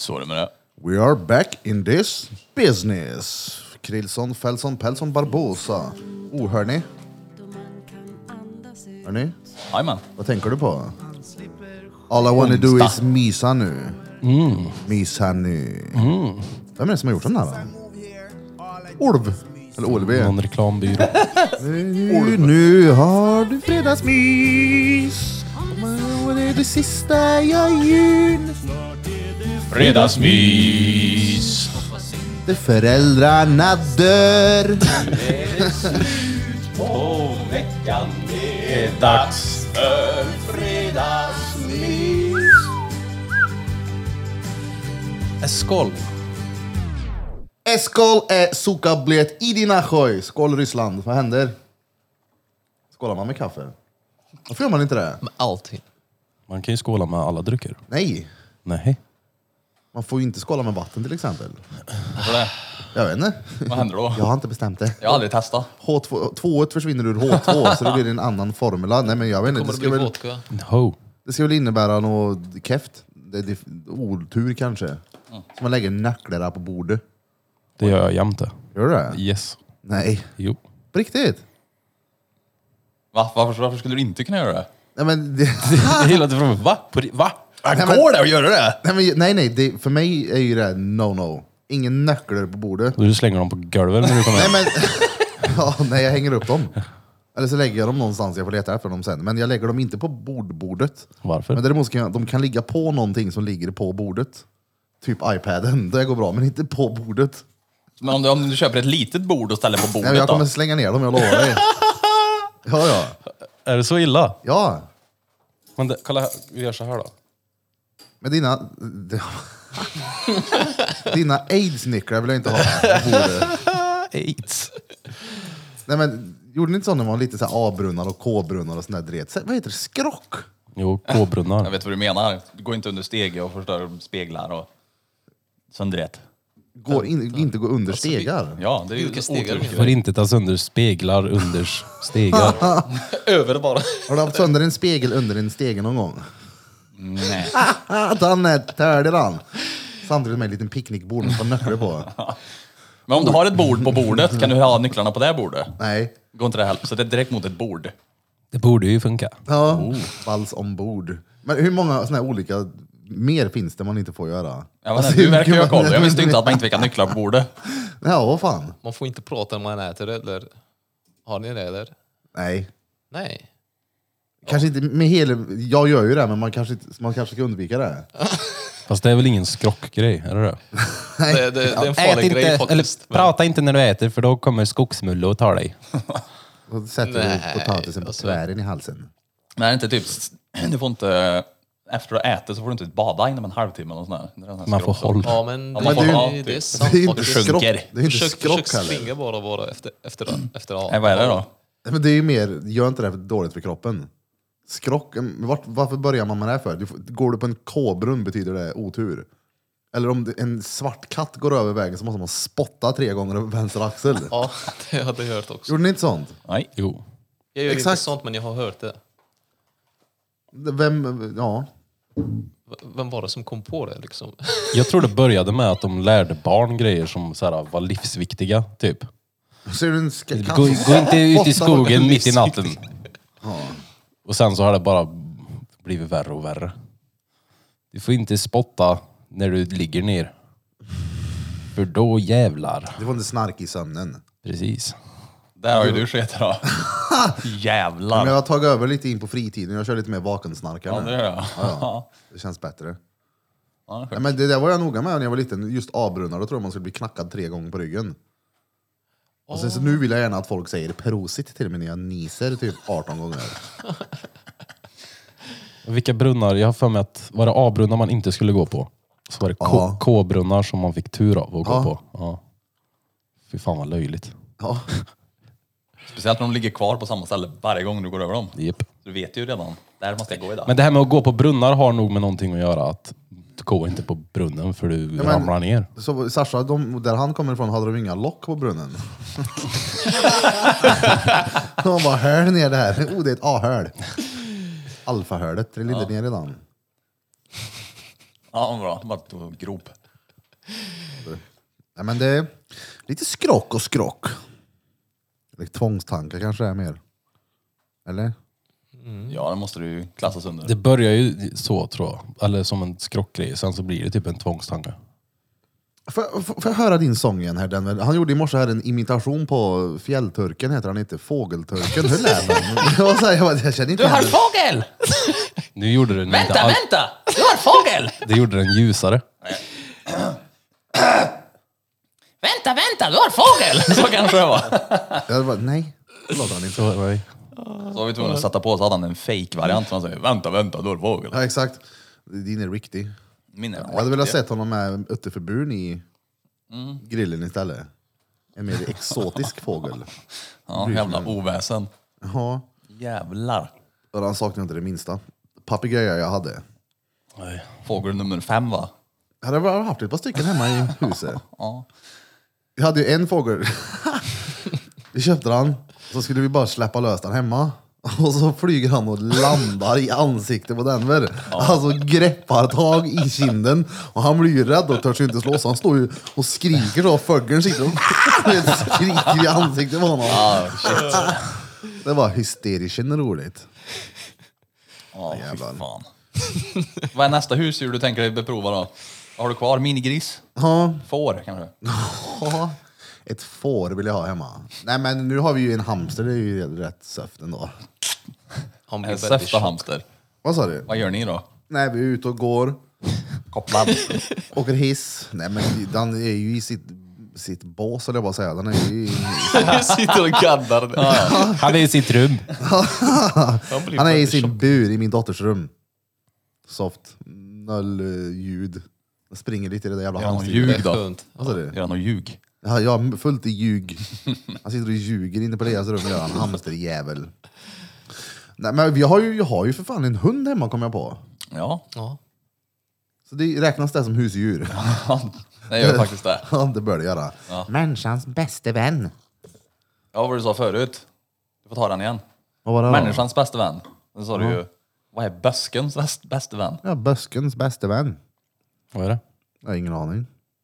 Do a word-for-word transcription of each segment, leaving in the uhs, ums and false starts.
Så är det med det. We are back in this business. Krillson, Fälson, Pälson, Barbosa. Oh, hör ni? Hör ni? Jajamän. Vad tänker du på? All I wanna do is mysa nu. Mm. Mysa nu. Mm. Vem är det som har gjort den här då? Olv. Eller O L B. Någon reklambyrå. Nu, nu har du fredagsmys. Och det är det sista jag gör. Fredagsmys. Det föräldrarna dör. På veckan det är dags för fredagsmys. Skål. Skål är sukablet i dina sjö. Skål Ryssland. Vad händer? Skålar man med kaffe? Varför gör man inte det? Med allting. Man kan ju skåla med alla drycker. Nej. Nej. Man får ju inte skåla med vatten till exempel. Varför det? Jag vet inte. Vad händer då? Jag har inte bestämt det. Jag har aldrig testat. H två, tvået försvinner ur H två så det blir en annan formula. Nej men jag vet inte. Kommer Det det ska, bli väl, vodka? No. det ska väl innebära något keft. Det är otur kanske. Mm. Så man lägger nacklor på bordet. Det gör jag jämte. Gör du det? Yes. Nej. Jo. På riktigt? Va? Varför, varför skulle du inte kunna göra det? Nej men... Det, Hela tiden från va? På, ri- va? Äh, Nej, men- går det att göra det? nej, men, nej, nej. Det, för mig är ju det no-no. Ingen nacklor på bordet. Du slänger dem på golvet när du kommer Nej hem. men... ja, nej, jag hänger upp dem. Eller så lägger jag dem någonstans, jag får leta efter dem sen. Men jag lägger dem inte på bordbordet. Varför? Men däremot kan jag, de kan ligga på någonting som ligger på bordet. Typ iPaden, det går bra, men inte på bordet. Men om du, om du köper ett litet bord och ställer på bordet Nej, jag kommer då? slänga ner dem, jag lovar dig. Ja, ja. Är det så illa? Ja, Men det, kolla här, vi gör så här då. men dina... dina aids-nycklar vill jag inte ha på bordet. Aids. Nej men, gjorde ni inte så när man var lite så här A-brunnar och K-brunnar och sån där dret? Så, vad heter det? Skrock? Jo, Jag K-brunnar. vet vad du menar. Du går inte under stege och förstör speglar och söndret. Går in, inte gå under stegar. Ja, det är ju Vilka stegar otur. Får inte ta sönder speglar under stegar. Över bara. Har du haft sönder en spegel under en stege någon gång? Nej. Ah, Danne, törde han. Samtidigt med en liten picknickbord med ett par nötter på. Men om du har ett bord på bordet, kan du ha nycklarna på det bordet? Nej. Går inte det heller? Så det är direkt mot ett bord. Det borde ju funka. Ja, vals ombord. Men hur många såna här olika mer finns det man inte får göra? Jag vet Alltså, inte, du verkar ju hur ha koll. många- Jag visste inte att man inte fick ha nycklar på bordet. Ja, vad fan. Man får inte prata när man äter det, eller? Har ni det, eller? Nej. Nej. Kanske inte med hela... Jag gör ju det, men man kanske, inte, man kanske ska undvika det. Fast det är väl ingen skrockgrej, är det det? Det, det, det är en Ät farlig grej inte, faktiskt. eller prata inte när du äter för då kommer skogsmulle och tar dig. Då sätter Nej, du potatisen på alltså. tvären i halsen. Men är det inte typ, du får inte, efter att ha ätit så får du inte bada inom en halvtimme eller sånt där. Det är den här Man får skrock- hålla. Ja, men Ja, det, man får det, ha, det, typ. är sant Det är ju inte faktiskt. skrock. sjunker. Det är ju inte Försök, skrock försök heller. springa bara, bara efter, efter, efter ja. Nej, vad är det då? Men det är ju mer, gör inte det för dåligt för kroppen. Skrock, vart, varför börjar man med det här för? Du, får- går du på en K-brunn betyder det otur. Eller om det, en svart katt går över vägen så måste man spotta tre gånger över vänster axel. Ja, det hade jag hört också. Gjorde ni inte sånt? Nej. Jo. Jag gör inte Exakt. sånt, men jag har hört det. Vem, ja. V- Vem var det som kom på det liksom? Jag tror det började med att de lärde barn grejer som så här, var livsviktiga, typ. Ser du en ska, katt Gå, som gå inte ut i spottar på skogen en mitt i livsviktig- natten. Och sen så har det bara blivit värre och värre. Du får inte spotta när du ligger ner. För då jävlar. Du får inte snark i sömnen. Precis. Där har ju du skett då. Men Jävlar. jag har tagit över lite in på fritiden. Jag kör lite mer vakensnarkare Ja, nu. det gör jag. Ja, det känns bättre. Ja, det är Ja, sjukt. men det där var jag noga med när jag var liten. Just A-brunnar, då tror jag man skulle bli knackad tre gånger på ryggen. Och sen, så nu vill jag gärna att folk säger prosit till mig när jag niser typ arton gånger. Vilka brunnar? Jag har för mig att var det A-brunnar man inte skulle gå på. Så var det K- Ja. K-brunnar som man fick tur av att gå Ja. på. Ja. Fy fan vad löjligt. Ja. Speciellt när de ligger kvar på samma ställe varje gång du går över dem. Japp. Du vet ju redan. Där måste jag gå idag. Men det här med att gå på brunnar har nog med någonting att göra. Att du går inte på brunnen för du men- ramlar ner. Så Sasha, de, där han kommer ifrån hade de inga lock på brunnen. De bara, hör ner det här. Oh, det är ett A-höl. Alfahölet, det ligger ner redan. Ja, bra. Bara tog grop. Nej, men det är lite skrock och skrock. Eller tvångstankar kanske är mer. Eller? Ja, det måste du ju klassas under. Det börjar ju så tror jag. Eller som en skrockgrej. Sen så blir det typ en tvångstanke. Får, får, får jag höra din sång igen här? Den, han gjorde i morse här en imitation på fjällturken, heter han inte? Fågelturken. Hur lät han? Jag, var så här, jag, bara, jag känner inte Du har igen fågel! Nu gjorde den Vänta, inte all... vänta! Du har fågel! Det gjorde den ljusare. Vänta, vänta! Du har fågel! Så kanske det var. det. Jag bara, nej, det låter han inte. Så, nej. Så var vi tvungna att sätta på så hade han en fake-variant som säger vänta, vänta, du har fågel. Ja, exakt. Din är riktig. Min är Jag hade velat riktig. sett honom med utiförburen i grillen istället. En mer exotisk fågel. Ja, jävla oväsen. Ja, Jävlar. och han saknar inte det minsta. Papegoja jag hade. Nej. Fågel nummer fem, va? Jag hade bara haft ett par stycken hemma i huset. Ja. Vi hade ju en fågel. Vi köpte den. Så skulle vi bara släppa lös den hemma. Och så flyger han och landar i ansiktet på Denver. Alltså greppar tag i kinden. Och han blir ju rädd och törs ju inte slå. Så han står ju och skriker så. Och fågeln sitter och skriker i ansiktet på honom. Ah, shit. Det var hysteriskt roligt. Ja, fy jävlar. fan. Vad är nästa husdjur du tänker dig beprova då? Vad har du kvar? Minigris? Ja, Får kanske? ja, ett får vill jag ha hemma. Nej men nu har vi ju en hamster. Det är ju rätt söft ändå. Han blir En väldigt säfta tjock. hamster. Vad sa du? Vad gör ni då? Nej, vi är ute och går. Kopplad? Åker hiss. Nej men den är ju i sitt, sitt bås, eller jag bara säga. Den är ju i, Sitter och gaddar. Han är i sitt rum. Han blir han är i väldigt sin tjock. bur i min dotters rum. Soft. Noll uh, ljud. Jag springer lite i det där jävla Gör han någon hamstret. Det ljug är då? skönt. Vad sa du? Gör han någon ljug? Ja, jag är fullt i ljug. Han sitter och ljuger inne på deras rum och gör en hamsterjävel. Nej men vi har ju, jag har ju för fan en hund hemma, kom jag på. Ja, Ja. Så det räknas det som husdjur. det gör faktiskt det. Ja, det bör det göra. Ja. Människans bästa vän. Ja, vad du sa förut. Du får ta den igen. Vad var det då? Människans bästa vän. Då sa du ju, vad är böskens bäst- bästa vän? Ja, böskens bästa vän. Vad är det? Jag har ingen aning.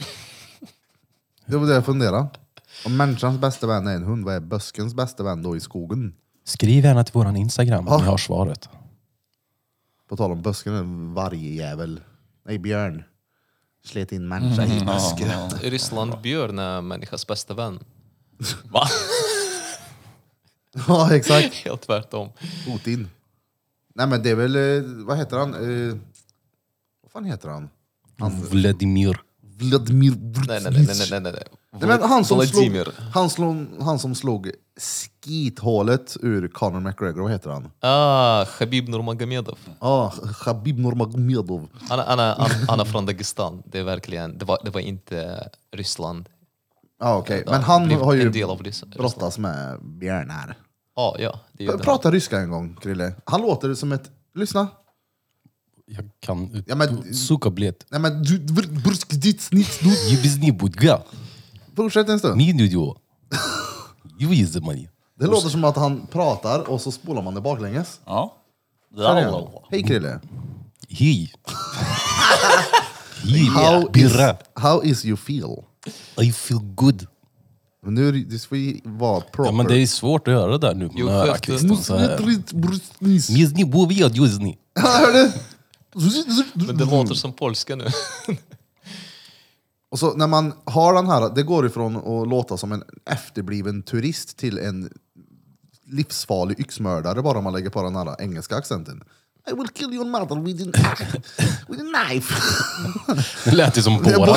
Det var det jag funderade. Om människans bästa vän är en hund, vad är böskens bästa vän då i skogen? Skriv gärna till våran Instagram Ja. om ni har svaret. På tal om bösken, en vargjävel. Nej, björn. Slet in människa i bösken. I Ryssland björn är människas bästa vän. Va? Ja, exakt. Helt tvärtom. Putin. Nej men det är väl, eh, vad heter han? Eh, vad fan heter han? han Vladimir. Vladimir Nej, nej, nej, nej, nej, nej. Nej, men han, som slog, Vladimir. han, slog, han som slog skithålet ur Conor McGregor, vad heter han? Ah, Khabib Nurmagomedov. Ja, Khabib Nurmagomedov. Han, är- han, är- han, han är från Dagestan. Det är verkligen, det var, det var inte Ryssland. Ja, okej. Ja, Men han blev har ju en del av Rys- brottats med björnar. Ja, ja. Det gjorde han. Prata ryska en gång, Krille. Han låter som ett... Lyssna. Jag kan... Ja, men- Suka bled. Nej men du... Brsk, ditt, snitt, snut. Jibizny budga. Fortsätt en stund. Min video. Juiz money. Det låter som att han pratar och så spolar man det baklänges. Ja. Kör igen. Hej Krille. Hej. Hej. How is, Birra. how is you feel? I feel good. Men nu är det- det får ju vara proper. Ja, men det är svårt att göra det där nu Jo, med skönt. Kristin så här. Brist- Mizni bovia juzni. Ja, hör du? Men det låter som polska nu. Och så när man har den här, det går ifrån att låta som en efterbliven turist till en livsfarlig yxmördare bara om man lägger på den här engelska accenten. I will kill your mother with a, with a knife. Det lät ju som Borat.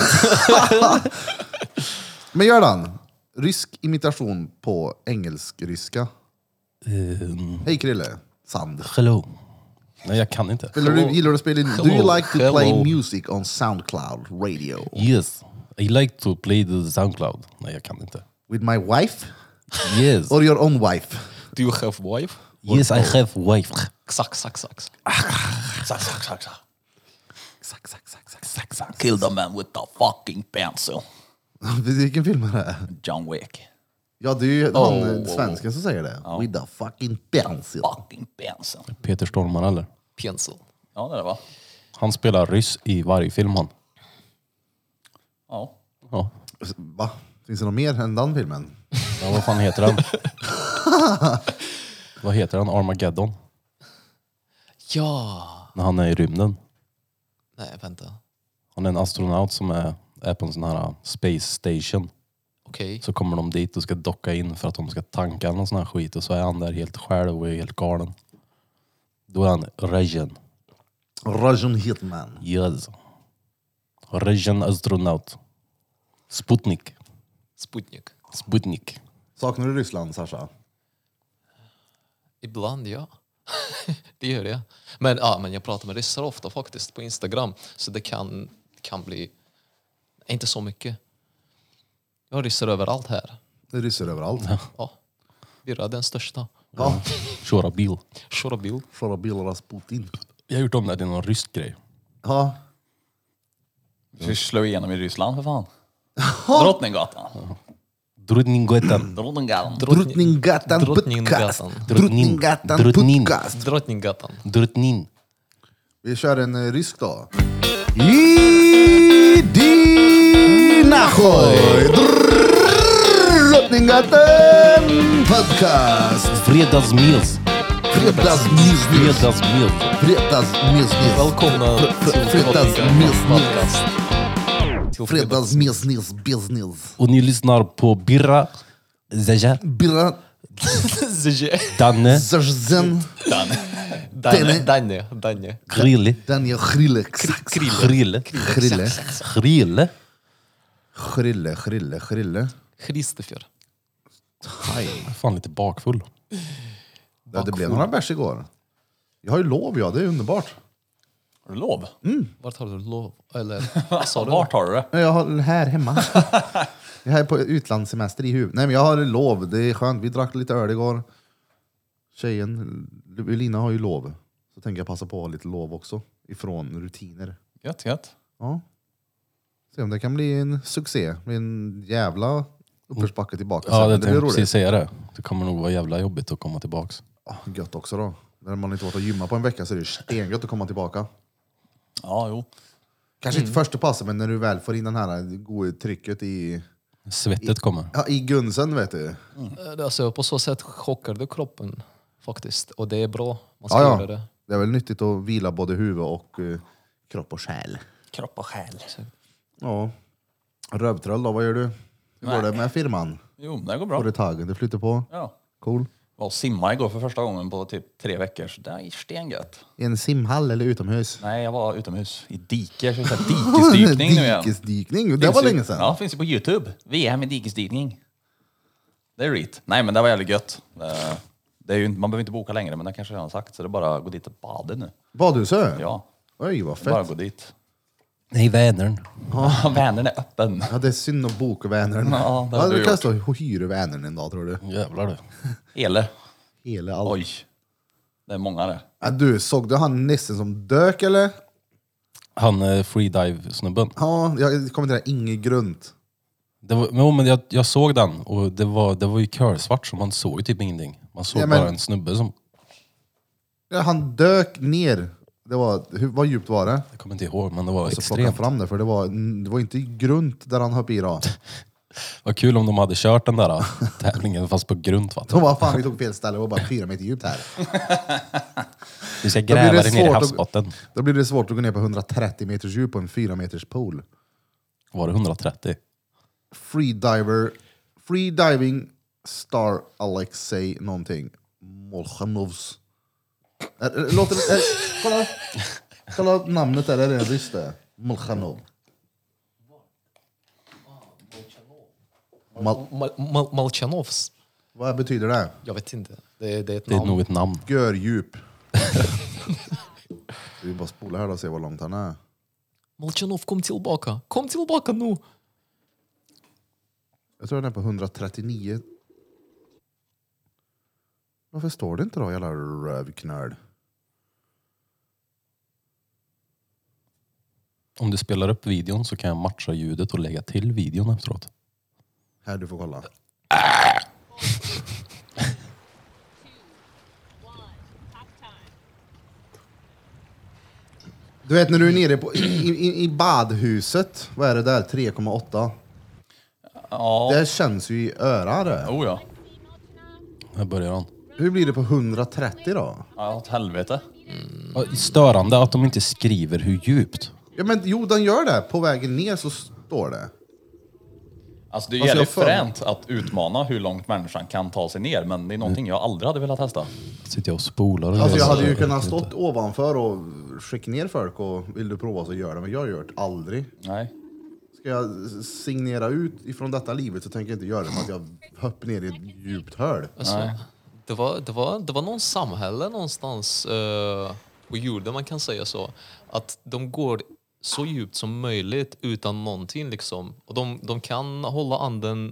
Men gör den. Rysk imitation på engelsk-ryska. Um, Hej Krille. Sand. hello. Nej, jag kan inte. Gillar du, gillar du att spela in? Do you Hello. like to play Hello. music on Soundcloud radio? Yes. I like to play the Soundcloud. Nej, jag kan inte. With my wife? Yes. Or your own wife? Do you have wife? Yes, I have wife. Sax, sax, sax. Sax, sax, sax, sax. Sax, sax, sax, sax, sax, sax. Kill the man with the fucking pencil. Vilken film är det? John Wick. Ja, det är ju Oh, han oh, svensken som säger det. With the fucking pencil. Fucking pencil. Peter Stormare eller? Pencil. Ja, det är det va? Han spelar ryss i varje film han. Ja. Ja. Va? Finns det något mer än den filmen? Ja, vad fan heter den? Vad heter den? Armageddon? Ja. När han är i rymden. Nej, vänta. Han är en astronaut som är, är på en sån här space station. Okej. Så kommer de dit och ska docka in för att de ska tanka någon sån här skit. Och så är han där helt själv och är helt galen. Då är han Rajan. Rajan Hitman. Yes. Rajan astronaut. Sputnik. Sputnik. Sputnik. Saknar du Ryssland, Sasha? Ibland, ja. Det gör jag. Men, ja, men jag pratar med ryssar ofta faktiskt på Instagram. Så det kan, kan bli... Inte så mycket. Jag har ryssar överallt här. Det är ryssar överallt. Ja. Birra är den största. Ja. Köra bil. Köra bil. Köra bilar Rasputin. Jag har gjort om det till någon rysk grej. Ja. Vi slår igenom i Ryssland för fan. Drottninggatan. Drottninggatan. Drottninggatan. Drottninggatan podcast. Drottninggatan. Drottninggatan Drottning. podcast. Drottninggatan. Drottnin. Vi kör en eh, rysk då. I dina hoj. Drottninggatan podcast. Fredagsmys. Fredagsmys. Fredagsmys. Fredagsmys. Välkomna till Fredagsmys. podcast. Fredagsmys. Business. Och ni lyssnar på Birra, Zaja, Birra. Danne, Zarzan. Danne. Danne. Danne. Grille, Daniel Grille. Grille, Grille. Grille. Grille. Grille. Grille. Christopher. Jag är fan lite bakfull. Ja, det blev några bärs igår. Jag har ju lov, ja. Det är underbart. Har du lov? Vart har du lov? Eller vad sa du? Vart har du det? Jag har här hemma. Jag är på utlandssemester i huvudet. Nej, men jag har lov. Det är skönt. Vi drack lite öl igår. Tjejen, Lina, har ju lov. Så tänker jag passa på att ha lite lov också. Ifrån rutiner. Gött, gött. Ja. Se om det kan bli en succé. Det blir en jävla uppförsbacke tillbaka. Ja, Sen, det blir tänkte roligt. precis säga det. Det kommer nog vara jävla jobbigt att komma tillbaks. Ja, gött också då. När man inte varit och gymma på en vecka så är det stengött att komma tillbaka. Ja, jo. Kanske inte första passet, men när du väl får in den här goda trycket i, Svettet kommer. ja, i gunsen, vet du. Eh, Alltså, på så sätt chockar du kroppen faktiskt. Och det är bra. Man ska Ja, göra ja. det. Det är väl nyttigt att vila både huvud och eh, kropp och själ. Kropp och själ. Ja. Rövtröll då, vad gör du? Hur går Nej. det med firman? Jo, det går Får du bra. tag? Du flyttar på? Ja. Cool. Jag var och simma igår för första gången på typ tre veckor. Så det är stengött. I en simhall eller utomhus? Nej, jag var utomhus. I dike. Så det är dikesdykning nu igen. Dikesdykning? Det Finns var ju- länge sedan. Ja, finns ju på YouTube. V M i dikesdykning. Det är reet. Nej, men det var jävligt gött. Det- Det är ju, inte- man behöver inte boka längre, men det kanske jag redan sagt. Så det är bara att gå dit och bada nu. Badhusö? Ja, Oj, vad bara fett. gå dit. Nej, Vänern. Ja, Vänern är öppen. Ja, det är synd att boka Vänern. Ja, det Ja, hade det du kostar att hyra Vänern en dag, tror du. Jävlar du. Ele. Hela allt. Oj. Det är många det. Ja, du, såg du han nissen som dök, eller? Han är freedive-snubben. Ja, jag kommenterar inget grunt. Det var, men, men jag, jag såg den och det var, det var ju körsvart så man såg ju typ ingenting. Man såg Ja, men- bara en snubbe som... Ja, han dök ner. Det var, hur, vad djupt var det? Jag kommer inte ihåg, men det var Och så plockade han extremt. fram det, för det var, det var inte grunt där han höpp i då. Vad kul om de hade kört den där tävlingen fast på grunt vatten. De var fan, vi tog fel ställe, det var bara fyra meter djupt här. Vi ska Då blir gräva det det ner i svårt att- havsbotten. Då blir det svårt att gå ner på hundratrettio meters djup på en fyra meters pool. Var det hundratrettio? Freediver, freediving star Alexei någonting. Molchanovs. Äh, äh, Låter det... Äh, kolla. Kolla namnet där, är det en ryss det? Molchanov. Mal, Mal- Mal- Malchanovs. vad betyder det? Jag vet inte. Det är, det är ett Det är namn. nog ett namn. Gördjup. Vi bara spola här och se hur långt han är. Malchanov, kom tillbaka. Kom tillbaka nu. Jag tror han är på hundratrettionio. Varför står det inte då, jävla rövknöl? Om du spelar upp videon så kan jag matcha ljudet och lägga till videon efteråt. Här, du får kolla. Du vet när du är nere på, i, i, i badhuset, vad är det där, tre komma åtta? Ja, Det känns ju i örat. oh ja. Här börjar han. Hur blir det på hundratrettio då? Ja, åt helvete. Ja, störande att de inte skriver hur djupt. Ja men jo, den gör det. På vägen ner så står det. Alltså det är Alltså, jävligt jag för- fränt att utmana hur långt människan kan ta sig ner, men det är någonting jag aldrig hade velat testa. Sitter jag och spolar. och Alltså jag läser. hade ju vet kunnat inte. stått ovanför och skicka ner folk och vill du prova så gör det, men jag har gjort aldrig. Nej. Ska jag signera ut ifrån detta livet så tänker jag inte göra det för att jag hoppar ner i ett djupt hål. Alltså, det, var, det, var, det var någon samhälle någonstans uh, på jorden, man kan säga så. Att de går så djupt som möjligt utan någonting. Liksom. Och de, de kan hålla anden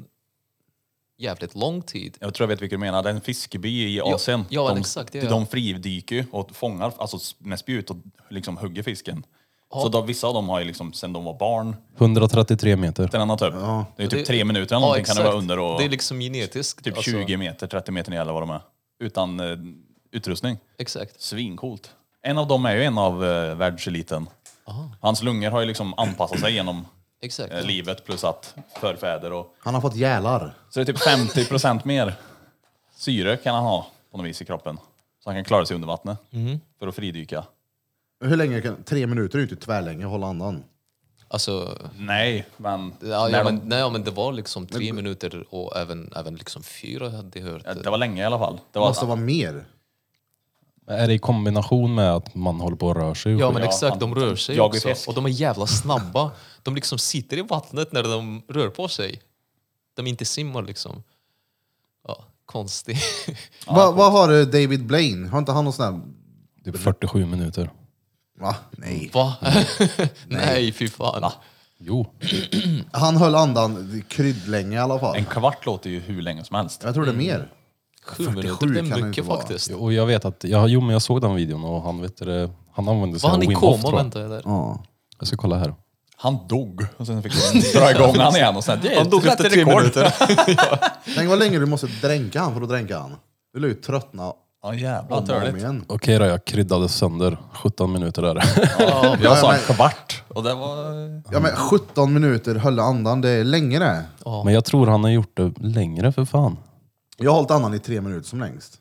jävligt lång tid. Jag tror jag vet vilka du menar. Det är en fiskeby i Asien. ja, de, exakt, det är de fridyker ju och fångar alltså med spjut och liksom hugger fisken. Ja. Så då, vissa av dem har ju liksom sen de var barn hundratrettiotre meter. till en typ. Det är typ Det- tre minuter eller ja, någonting kan det vara exakt. under och Det är liksom genetiskt. typ alltså, tjugo meter, trettio meter ner eller vad de är. Utan eh, utrustning. Exakt. Svincoolt. En av dem är ju en av eh, världseliten. Hans lungor har ju liksom anpassat sig genom exakt. eh, livet plus att förfäder och... Han har fått gälar. Så det är typ femtio procent mer syre kan han ha på något vis i kroppen. Så han kan klara sig under vattnet för att fridyka. Hur länge kan, tre minuter är ju inte tvärlänge att hålla andan. Alltså, Nej, men... ja, när ja, de, men, nej, ja, men det var liksom tre minuter och även, även liksom fyra hade jag hört. ja, det var länge i alla fall. Det Det var, måste vara mer. Är det i kombination med att man håller på att röra sig? och Ja skit? men Ja, exakt, fan. de rör sig Jag är också. fisk. Och de är jävla snabba. De liksom sitter i vattnet när de rör på sig. De inte simmar liksom. Ja, konstigt. Vad vad har eh, David Blaine? Har inte han någon sån här... Typ fyrtiosju minuter. Va? Nej. Va? Nej, fy fan. Jo. Han höll andan kryddlänge i alla fall. en kvart låter ju hur länge som helst. Jag tror det är mer. Sju fyrtiosju minuter, det kan det är inte mycket vara. faktiskt. Och jag vet att, ja, jo men jag såg den videon och han vet det, han använde sig Var av han i Wim Hof, koma tror jag. väntar jag där? Ja. Jag ska kolla här. Han dog och sen fick de dra igång han igen och sen... Det är Han dog ett efter tre rekord. minuter. Tänk vad länge du måste dränka han för att dränka han. Du lär ju tröttna Ja jävlar om och om törligt. igen. Okej då, jag kryddade sönder. sjutton minuter där. Jag Ja, sa en men- kvart och det var... Ja men sjutton minuter höll andan, det är länge det. Men jag tror han har gjort det längre för fan. Jag har hållit andan i tre minuter som längst.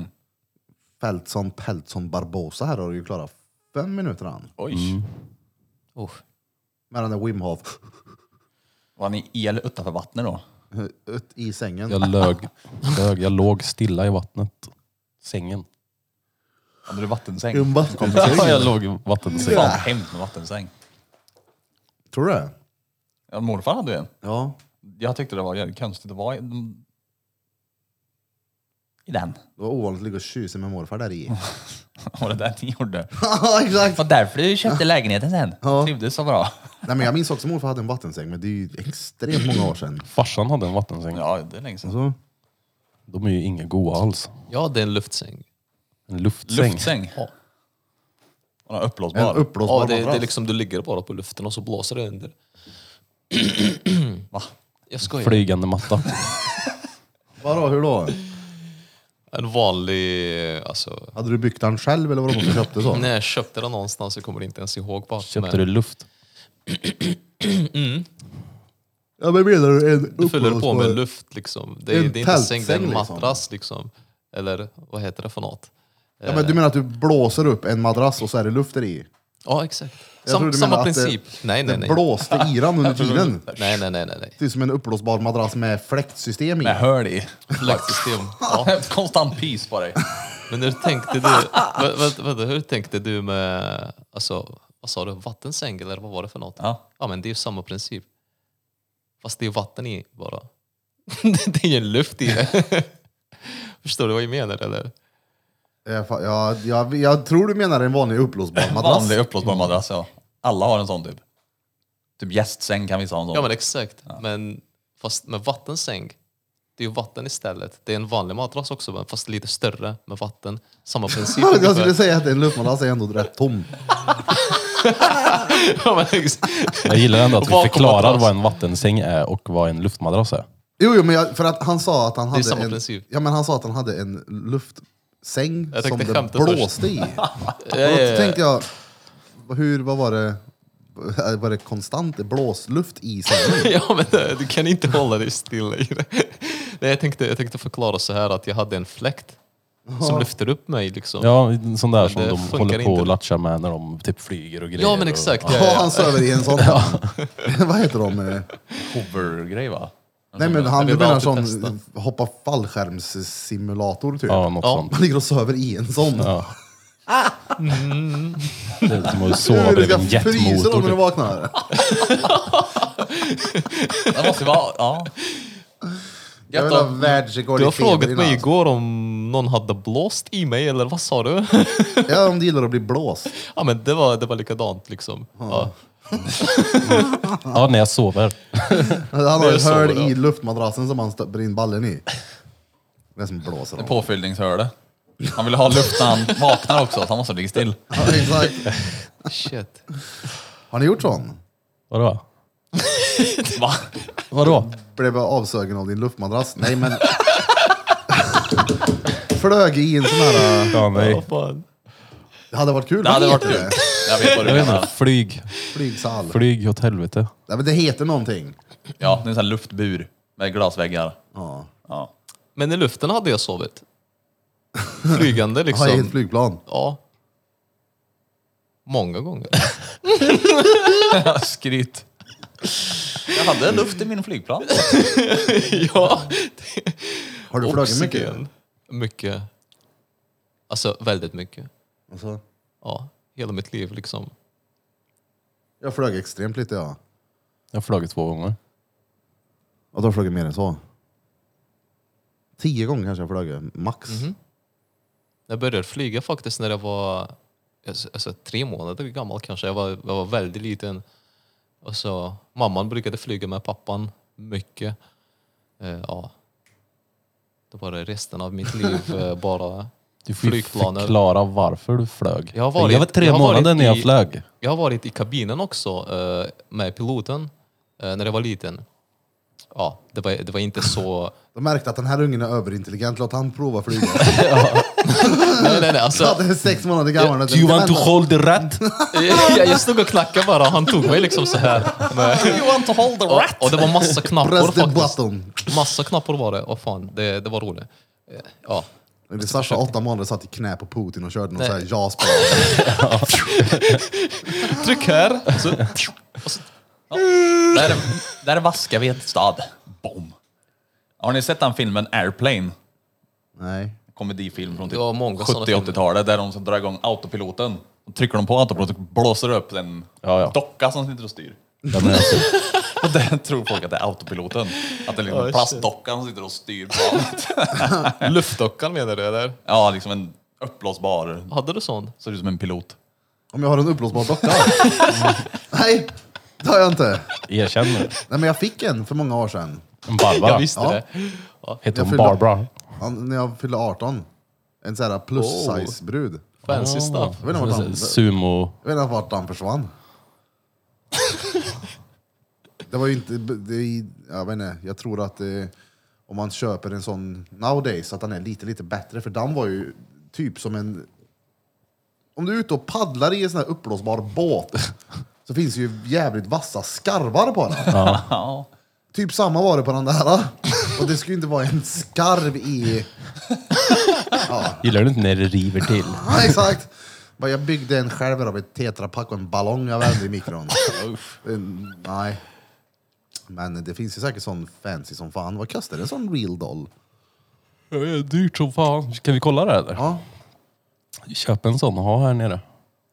Feltson, Peltson, Barbosa här har du ju klarat fem minuter han. Oj. Oh. Med den där Wim Hof Var ni i eller utanför vattnet då? ut i sängen. Jag lög, lög, jag låg stilla i vattnet. Sängen. Hade du vattensäng? En Ja, vattensäng. jag låg i vattensäng. Fan hemskt med vattensäng. Tror du det? Ja, morfar hade ju en. Ja. Jag tyckte det var jävligt konstigt att vara i, i den. Det var ovanligt att ligga och kysa med morfar där i. Var det där ni gjorde? Ja exakt. Och därför du köpte lägenheten sen. Ja. Trivdes så bra. Nej men jag minns också att morfar hade en vattensäng, men det är ju extremt många år sedan. Farsan hade en vattensäng. Ja, det är länge sedan. Så. De är ju inga goa alls. Ja, det är en luftsäng. En luftsäng. Luftsäng. Ja. Och den är En uppblåsbar. uppblåsbar Ja, det, det madrass. är liksom, du ligger bara på luften och så blåser det under. Va? Jag skojar. Flygande matta. Vadå, hur då? En vanlig, alltså... Hade du byggt den själv eller var det någon som köpte så? När jag köpte den någonstans, jag kommer inte ens ihåg bara. Köpte du luft? Ja men menar du en Du fyller på uppblåsbar- med luft liksom. Det är, En det är inte säng, det är en tältsäng, liksom. madrass liksom. Eller vad heter det för något? Ja men du menar att du blåser upp en madrass och så är det luft där i? Ja, exakt. Jag tror Sam, du samma menar att det- princip. nej, nej, Det nej. blåste i den under tiden. Nej, nej, nej, nej, nej. Det är som en uppblåsbar madrass med fläktsystem i. Med hål i. Fläktsystem. Ja. Konstant pis på dig. Men hur tänkte du, vä, vä, vänta, hur tänkte du med, alltså, vad sa du, vattensäng eller vad var det för något? Ja. Ja men det är ju samma princip. Fast det är vatten i bara. Det är ju en luft i det. Förstår du vad jag menar eller? Jag, fa- ja, jag, jag tror du menar en vanlig uppblåsbar En madrass. vanlig uppblåsbar madrass, ja. Alla har en sån typ. Typ gästsäng kan vissa ha en sån. Ja men exakt. Men fast med vattensäng, det är ju vatten istället. Det är en vanlig madrass också men fast lite större med vatten. Samma princip. Jag skulle säga att en luftmadrass är ändå rätt tom. Ja, men exakt. Jag gillar ändå att vi Vakuummadrass. förklarar vad en vattensäng är och vad en luftmadrass är. Jo, jo men jag, för att han sa att han hade samma en, princip. ja, men han sa att han hade en luftsäng Jag som tänkte det skämta blåste i. Ja, Och ja, då ja. tänkte jag, hur, vad var det? Var det konstant blåsluft i sängen? Ja, men det, du kan inte hålla dig stilla i det. Nej, jag, tänkte, jag tänkte förklara så här att jag hade en fläkt som lyfter upp mig. Liksom. Ja, sån där Men som det de funkar håller på inte. och latchar med när de typ flyger och grejer. Ja, men exakt. Och, Ja, Ja, ja, han söver i en sån. Vad heter de? eh? Hover-grej va? Nej men han, det du var menar alltid sån testa. hoppa fallskärmssimulator typ? ja, något Ja. sånt. Man ligger och söver i en sån. Ja. Det är som att sova Hur, du bredvid ska en frysa dem när du jetmotor. vaknar. Det måste ju vara... Ja. Jag vill ha världsrekord Du i har feber frågat i mig natt. igår om någon hade blåst i mig, eller vad sa du? Ja, om det gillar att bli blåst. Ja, men det var, det var likadant liksom. Ja. Ja, när jag sover. Han har Det är ett så, hål ja. i luftmadrassen som han stoppar in ballen i. Det är som blåser En dem. påfyllningshörde. Han vill ha luft när han vaknar också, så han måste ligga still. Ja, exakt. Shit. Har ni gjort sån? Vadå? Va? Vadå? Blev avsögen av din luftmadrass? Nej men... Flög i en sån här... Ja, nej. Vad fan. Det hade varit kul. Det hade Vad varit heter kul. det? Jag vet vad du Jag vet menar. inte. Flyg. Flygsal. Flyg åt helvete. Nej men det heter någonting. Ja, det är en sån här luftbur med glasväggar. Ja. Ja. Men i luften hade jag sovit. Flygande Har jag ett liksom. flygplan? Ja. Många gånger. Skryt. Jag hade luft i min flygplan. Ja. Har du flugit mycket? Oxygen. Mycket. Alltså väldigt mycket. Alltså, Ja, hela mitt liv liksom. jag flög extremt lite ja. Jag har flugit två gånger. Och då har jag flugit mer än så. Tio gånger kanske jag flög. Max. Jag började flyga faktiskt när jag var alltså, tre månader gammal kanske. Jag var, jag var väldigt liten. Och så, mamman brukade flyga med pappan mycket. Eh, ja. Det var det resten av mitt liv eh, bara Du får ju flygplaner. förklara varför du flög. Jag har varit- jag var tre jag har månader varit när jag i- flög. Jag har varit i kabinen också eh, med piloten eh, när jag var liten. Ja, det var, det var inte så... De märkte att den här ungen är överintelligent. Låt han prova flyga. nej, nej, nej. Alltså, Han är sex månader gammal. Do you want to hold the rat? jag, jag stod och knackade bara och han tog mig liksom så här. Med, You want to hold the och, rat? och det var massa knappar Press the faktiskt. button. Massa knappar var det. Och fan, det, det var roligt. Eh, Ja. Det Sasha åtta månader satt i knä på Putin och körde någon Nej. sån här jasplan. Tryck här. Och så, Där, där vaskar vi ett stad. Boom. Har ni sett den filmen Airplane? Nej. Komedifilm från Det var många typ såna sjuttio-åttiotalet där de som drar igång autopiloten. Och trycker de på autopiloten och blåser upp en Ja, ja. docka som sitter och styr. Ja, men alltså, Och det tror folk att det är autopiloten. Att det är liksom en Oh, plastdocka som sitter och styr planet. luftdockan menar du eller? Ja, liksom en uppblåsbar. Hade du sån? Ser ut som en pilot. Om jag har en uppblåsbar docka? Nej, det har jag inte. erkänner. Nej men jag fick en för många år sedan. En Barbara. Jag visste Ja. det. Heter Jag hon fyllde- Barbara? Ja, när jag fyllde arton. En sån här plus size brud. Fancy stuff. Jag vet inte vart han, Sumo. jag vet inte vart han försvann. Det var ju inte... Det, jag vet inte, jag tror att det, om man köper en sån nowadays att den är lite, lite bättre. För den var ju typ som en... Om du är ute och paddlar i en sån här uppblåsbar båt så finns ju jävligt vassa skarvar på den. Ja. Typ samma var det på den där. Och det skulle inte vara en skarv i... Gillar du inte när det river till? Ja, exakt. Bara jag byggde en själv av ett tetrapack och en ballong jag värmde i mikron. Mm, nej. Men det finns ju säkert sån fancy som fan. Vad kostar en sån real doll? Det är dyrt som fan. Kan vi kolla det eller? Ja. Köp en sån och ha här nere.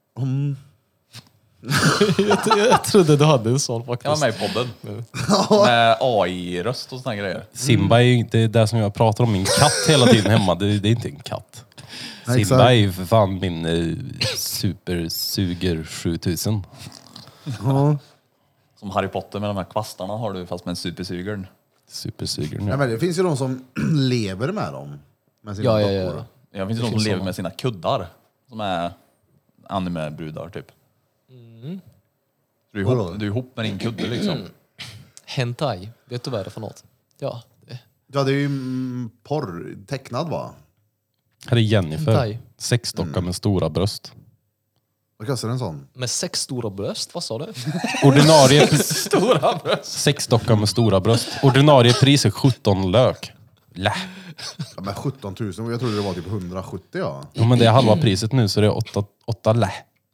jag, jag trodde du hade en sån Jag var faktiskt. med i podden. Med A I-röst och såna grejer. Simba är ju inte det som jag pratar om. Min katt hela tiden hemma. Det, det är inte en katt. Nej, Simba exakt. är ju för fan min eh, supersuger sjutusen. Ja. Som Harry Potter med de här kvastarna har du fast med en supersugern. Supersuger Nej, nu. men det finns ju de som lever med dem. Med sina Ja, ja, ja. dockor. Ja, det finns ju de som lever med sina kuddar. Som är anime-brudar typ. Du är Vadå? ihop, du är ihop med din kudde liksom. Hentai. Vet du vad det är för något? Ja. Det. Ja, det är ju mm, porr. Tecknad va? Här är Jennifer. Hentai. Sexdocka med stora bröst. Vad kostar en sån? Med sex stora bröst, vad sa du? Ordinarie Stora bröst. sex dockar med stora bröst. Ordinarie pris är sjutton lök. Lä. Ja, men sjutton tusen, jag trodde det var typ hundrasjuttio, ja. Jo, men det är halva priset nu så det är åtta, åtta lä.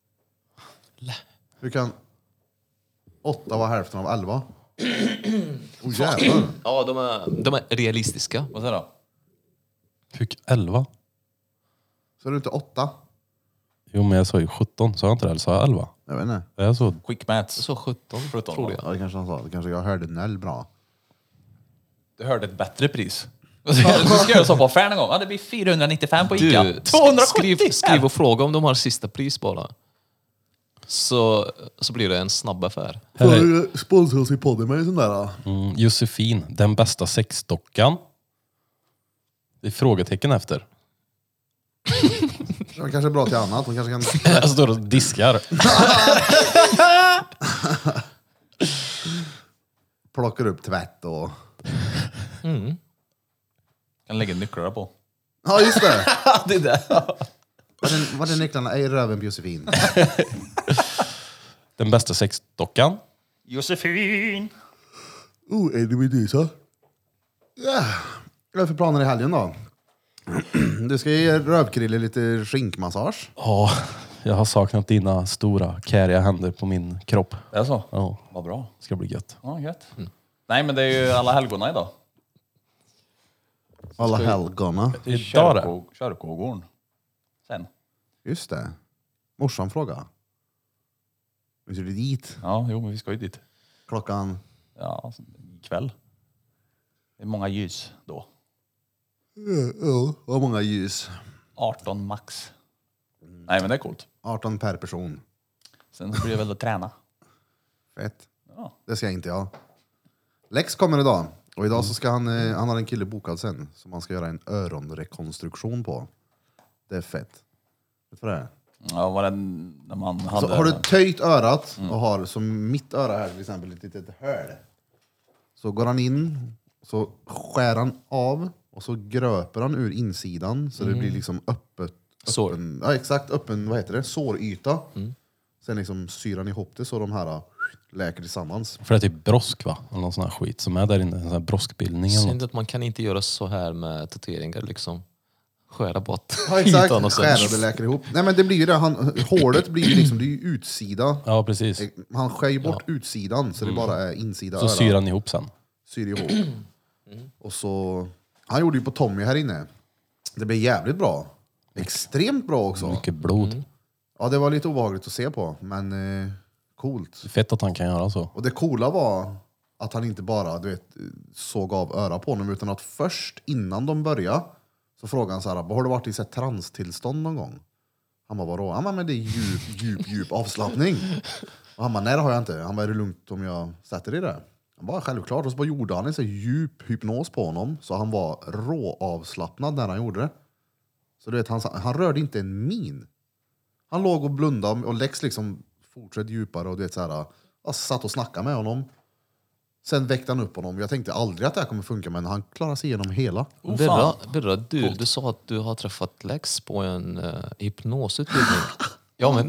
Hur kan åtta vara hälften av elva? Oh jävlar. Ja, de är, de är realistiska. Vad säger du? Fick elva. Så är det inte åtta? Jo, men jag sa ju sjutton, sa jag inte det? Eller sa jag elva? Jag vet inte. Jag så. Quick maths. Så sjutton, sjutton, tror jag. Ja, det kanske han sa. Det kanske jag hörde Nell bra. Du hörde ett bättre pris. Du ska göra så på affären en gång. Ja, det blir fyrahundranittiofem på Ica. Du, tvåhundrasjuttio! skriv, skriv och fråga om de har sista pris bara. Så, så blir det en snabb affär. Här är, du sponsra oss i podden med en sån där? mm, Josefin, den bästa sexdockan. Det är frågetecken efter. Det kanske är bra till annat. Hon kanske kan... Jag står och diskar. Plockar upp tvätt och... Kan lägga nycklar på. Ja, just det. Det är det. Var är, var är nycklarna? Är röven på Josefin? Den bästa sexdockan. Josefin! Oh, är det Medusa? Ja. Vad är för planer i helgen då? Du ska ge rövkrille lite skinkmassage. Ja, jag har saknat dina stora, käriga händer på min kropp. Det är så? Ja, Vad bra. det ska bli gött. Ja, gött. Nej, men det är ju alla helgona idag. Alla helgona. Idag det. Kyrko- Kyrkogården. Sen. Just det. Morsan fråga. Vi ska dit. Ja, jo, men vi ska ju dit. Klockan... Ja, ikväll. Det är många ljus då. Ja, vad många ljus? arton max. Nej, men det är coolt. arton per person. Sen så blir det väl att träna. Fett. Ja. Det ska jag inte ha. Lex kommer idag. Och idag så ska han, eh, han har en kille bokad sen. Som han ska göra en öronrekonstruktion på. Det är fett. Vet du vad det är? Ja, var det när man hade... Så har du töjt örat och har som mitt öra här till exempel ett litet hål. Så går han in, så skär han av och så gröper han ur insidan så det blir liksom öppet. Sår. Öppen, ja exakt, öppen, vad heter det? Såryta. Sen liksom syr han ihop det så de här läker tillsammans. För det är typ brosk va? Eller någon sån här skit som är där inne. En sån här broskbildning eller Synd något. att man kan inte göra så här med tatueringar liksom. Skära bort Ja exakt, ytan och sen... skär och det läker ihop. Nej men det blir ju det, han, hålet blir ju liksom, det är ju utsida. Ja, precis. Han skär ju bort utsidan så det bara är insida Så öra. syr han ihop sen. Syr ihop. Och så... Han gjorde ju på Tommy här inne. Det blev jävligt bra. Extremt bra också. Mycket blod. Ja, det var lite obehagligt att se på, men eh, coolt. Fett att han kan göra så. Och det coola var att han inte bara, du vet, såg av öra på honom, utan att först innan de började så frågade han så här: har du varit i så här transtillstånd någon gång? Han bara, vadå? Han bara, men det är djup, djup, djup avslappning. Och han bara, nej det har jag inte. Han bara, är det lugnt om jag sätter i det? Han bara, självklart. Och så bara gjorde han en så här djup hypnos på honom, så han var råavslappnad när han gjorde det. Så du vet, han, han rörde inte en min. Han låg och blundade och Lex liksom fortsatte djupare och du vet så här, jag satt och snackade med honom. Sen väckte han upp honom. Jag tänkte aldrig att det här kommer funka, men han klarar sig igenom hela. Oh, Birra, fan. Birra, du, du sa att du har träffat Lex på en uh, hypnosutbildning. Ja, men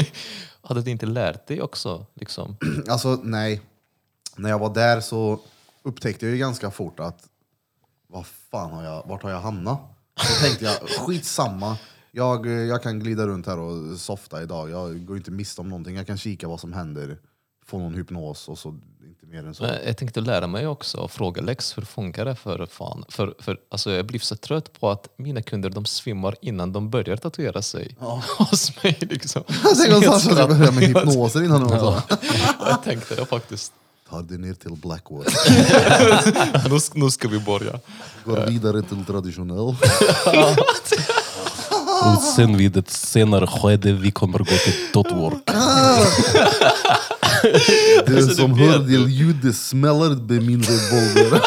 hade du inte lärt dig också? Liksom? Alltså nej. När jag var där så upptäckte jag ju ganska fort att vad fan har jag, vart har jag hamnat? Så tänkte jag, skitsamma. Jag, jag kan glida runt här och softa idag. Jag går inte miste om någonting. Jag kan kika vad som händer. Få någon hypnos och så inte mer än så. Men jag tänkte lära mig också och fråga Lex hur funkar det för fan. För, för, alltså jag blir så trött på att mina kunder de svimmar innan de börjar tatuera sig. Ja. Hos mig liksom. Jag tänkte att jag började med hypnoser innan de var så. Jag tänkte det faktiskt. Ta det ner till Blackwater. nu, nu ska vi börja. Går vidare till traditionell. Och sen vid ett senare skede vi kommer gå till dotwork. Det som hör till ljudet smäller det min revolver.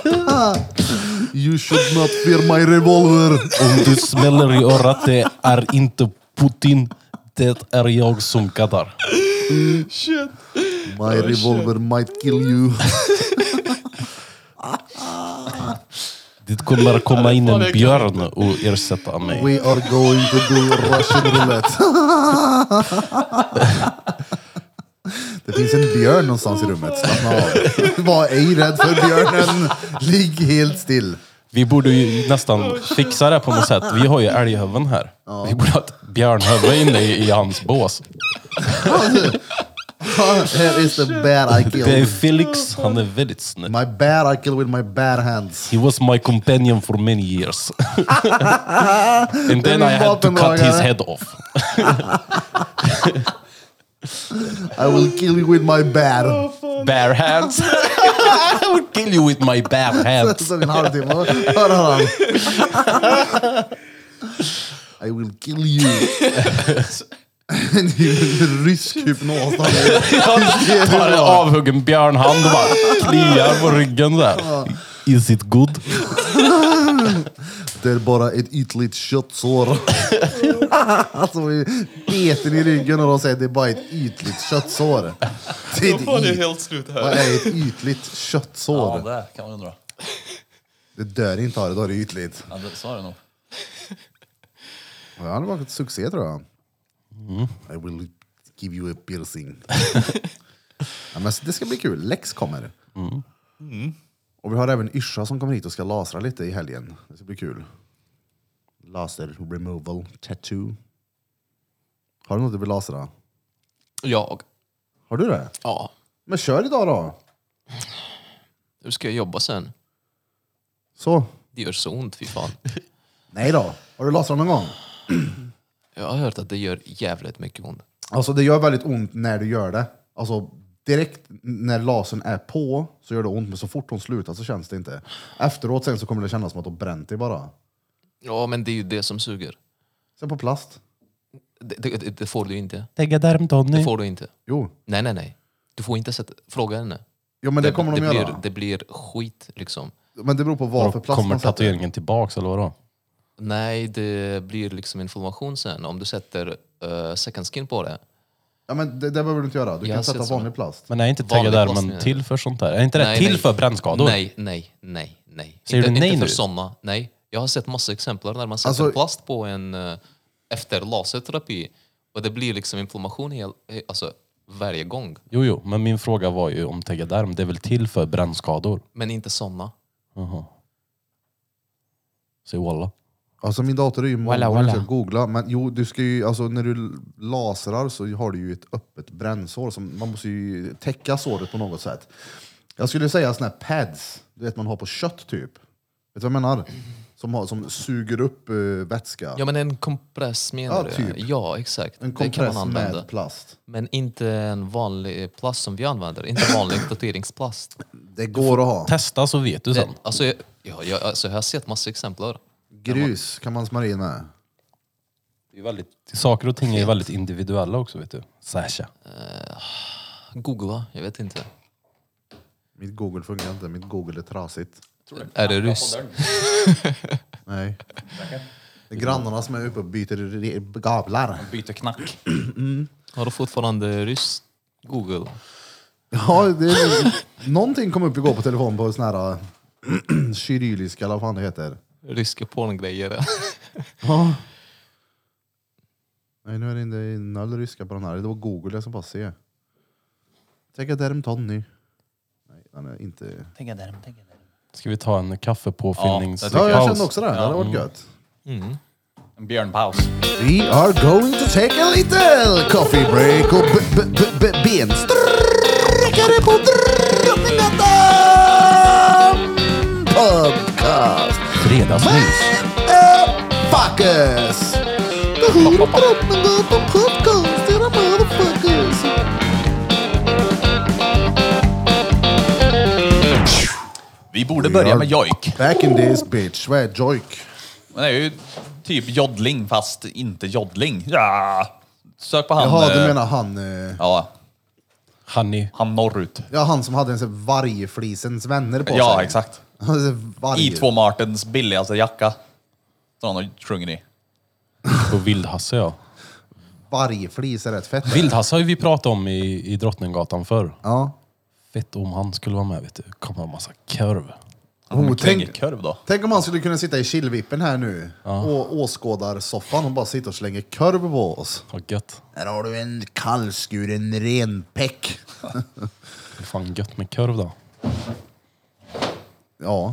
You should not fear my revolver. Om du smäller i örat, det är inte Putin. Det är jag som kaddar. Shit. My revolver might kill you. Det kommer komma in en björn och ersätta mig. We are going to do Russian roulette. Det finns en björn någonstans i rummet. Slappna av. Var ej rädd för björnen. Ligg helt still. Vi borde ju nästan fixa det på något sätt. Vi har ju älghöven här. Vi borde ha ett björnhövde inne i, i hans bås. Here is the bear I Det är killed. Felix, han är väldigt snäll. My bear I killed with my bare hands. He was my companion for many years. And then I had to cut his head off. I will kill you with my bear. Bare hands. I will kill you with my bare hands. Så en halvtimme. Hör han. I will kill you. En rysk hypnos. Tar en avhuggen björnhand och bara kliar på ryggen där. Is it good? Det är bara ett ytligt köttsår. Alltså beten i ryggen och de säger att det är bara ett ytligt köttsår. Det är ett Fan, det är yt- helt slut Vad här. är ett ytligt köttsår? Ja, det kan man undra. Det dör inte av det, då är det ytligt. Ja, det sa det nog. Ja, det var ett succé tror jag. I will give you a piercing. Ja, men det ska bli kul. Lex kommer. Mm. Och vi har även Yrsa som kommer hit och ska lasra lite i helgen. Det ska bli kul. Laser removal tattoo. Har du något du vill lasra? Jag? Har du det? Ja. Men kör idag då. Hur ska jag jobba sen? Så. Det gör så ont, fy fan. Nej då. Har du lasrat någon gång? Jag har hört att det gör jävligt mycket ont. Alltså det gör väldigt ont när du gör det. Alltså direkt när lasern är på så gör det ont, men så fort hon slutar så känns det inte. Efteråt sen så kommer det kännas som att de bränt dig bara. Ja, men det är ju det som suger. Sen på plast. Det, det, det får du inte. Lägga där med Tony. Det får du inte. Jo. Nej, nej, nej. Du får inte sätta... Fråga henne. Jo men det, kommer de det göra. blir, det blir skit, liksom. Men det beror på vad för plast Kommer man sätter. tatueringen tillbaks eller vadå? Nej, det blir liksom inflammation sen. Om du sätter uh, second skin på det. Ja men det, det behöver du inte göra. Du Jag har kan sätta sett som- vanlig plast. Men är inte Vanlig tegadermen plast, till för sånt här? Är inte det Nej, till nej. för brännskador? Nej, nej, nej, nej. Säger inte, du nej inte nu? för såna. Nej. Jag har sett massa exempel där man sätter Alltså- plast på en uh, efter laserterapi och det blir liksom inflammation hel, eh, alltså, varje gång. Jo, jo, men min fråga var ju om tegaderm, det är väl till för brännskador? Men inte såna. Jaha. Så walla. Alltså min dator är ju Walla, många, jag walla. ska googla. Men jo, du ska ju, alltså när du lasrar så har du ju ett öppet brännsår. Som man måste ju täcka såret på något sätt. Jag skulle säga såna här pads, du vet man har på kött typ. Vet du vad jag menar? Som, har, som suger upp uh, vätska. Ja, men en kompress menar Ja, du? typ. Ja, exakt. En det kan kompress man använda. med plast. Men inte en vanlig plast som vi använder. Inte vanlig tatueringsplast. Det går att ha. Testa så vet du Det, sen. alltså, jag, ja, jag, alltså, jag har sett massa exempel. Grus kan man smörja in med. Det är väldigt, saker och ting är väldigt individuella också, vet du. Sasha. Googla, jag vet inte. Mitt Google funkar inte, mitt Google är trasigt. Är det ryss? Nej. Det är grannarna som är uppe och byter re- gavlar. Byter knack. Har du fortfarande ryss? Google? Ja, det är, någonting kom upp igår på telefon på sån här äh, kyrilliska eller vad fan det heter. Ryska porngrejer. Ja. Nej, nu är det inte noll ryska på den här. Det var Google jag som bara se. Tänk att det är en Tony. Nej, den är inte... Tänk där, tänk där. Ska vi ta en kaffepåfyllningspaus? Ja, Ja, jag kände också det. Det hade varit gött. Mm. En björnpaus. We are going to take a little coffee break och b- b- b- b- bensträckare på Drottninggatan podcast. Fredagsmys. Fuckers! Det här är Drottninggatan podcast, era motherfuckers. Vi borde börja med jojk. Back in this bitch. Vad är jojk? Men det är ju typ joddling fast inte joddling. Ja. Sök på han. Jaha, du eh, menar han... Eh, Ja, Honey. han norrut. ja, han som hade en sån här vargflisens vänner på Ja, sig. exakt. Han hade så varg. I två Martens billigaste jacka. Som han har sjungit i. På Vildhasse, ja. Vargflis är rätt fett. Vildhasse har ju vi pratat om i, i Drottninggatan förr. Ja. Fett om han skulle vara med, vet du. Kommer ha massa korv. Oh, tänk, tänk, korv då. tänk om man skulle kunna sitta i chillvippen här nu och åskådar soffan och bara sitta och slänga korv på oss. Vad gött. Här har du en kallskuren renpäck. Det är fan gött med korv då. Ja.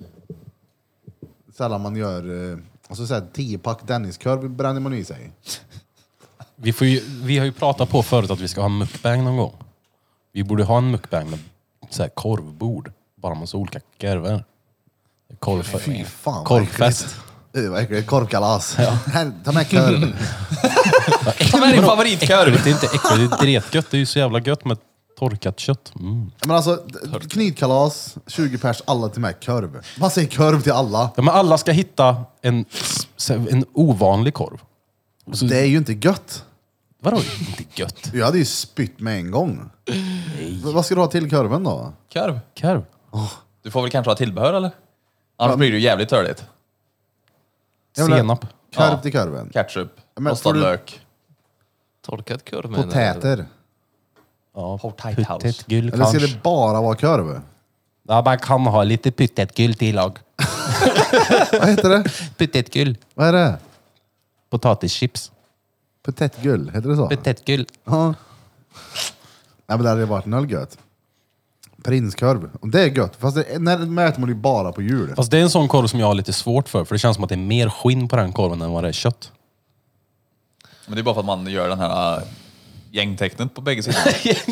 Sällan man gör... Eh, alltså såhär tio pack Denniskorv bränner man i sig. Vi, får ju, vi har ju pratat på förut att vi ska ha en mukbang någon gång. Vi borde ha en mukbang med så här korvbord. Bara massa olika korvar. Korv, Fy fan vad korvfest. äckligt. Uh, vad äckligt. Korvkalas. Här, ta med korv. Ta med din favoritkorv. Det är inte äckligt, det är dretgött. Det är ju så jävla gött med torkat kött. Mm. Men alltså, d- knytkalas, tjugo pers, alla till med korv. Vad säger korv till alla? Ja, men alla ska hitta en, s- en ovanlig korv. Så, Det är ju inte gött. vadå inte gött? Jag hade ju spytt med en gång. V- Vad ska du ha till korven då? Korv. Korv? Du får väl kanske ha tillbehör eller? Annars blir det ju jävligt törligt. Jag vill ha Senap? Korv Ja. till korven. Ketchup, Men rostad får du- lök. Torkad korv menar du, eller? Potäter. Ja, Potato house. pyttetgull Eller ska kanske. det bara vara korv? Ja, man kan ha lite pyttetgull till och. Vad heter det? Pyttetgull. Vad är det? Potatischips. Potätgull, heter det så? Pyttetgull. Ja. Nej, men det hade varit noll gött. Prinskorv. Och det är gött. Fast det, när mäter man ju bara på jul. Fast det är en sån korv som jag har lite svårt för. För det känns som att det är mer skinn på den korven än vad det är kött. Men det är bara för att man gör den här äh, gängtecknet på bägge sidor.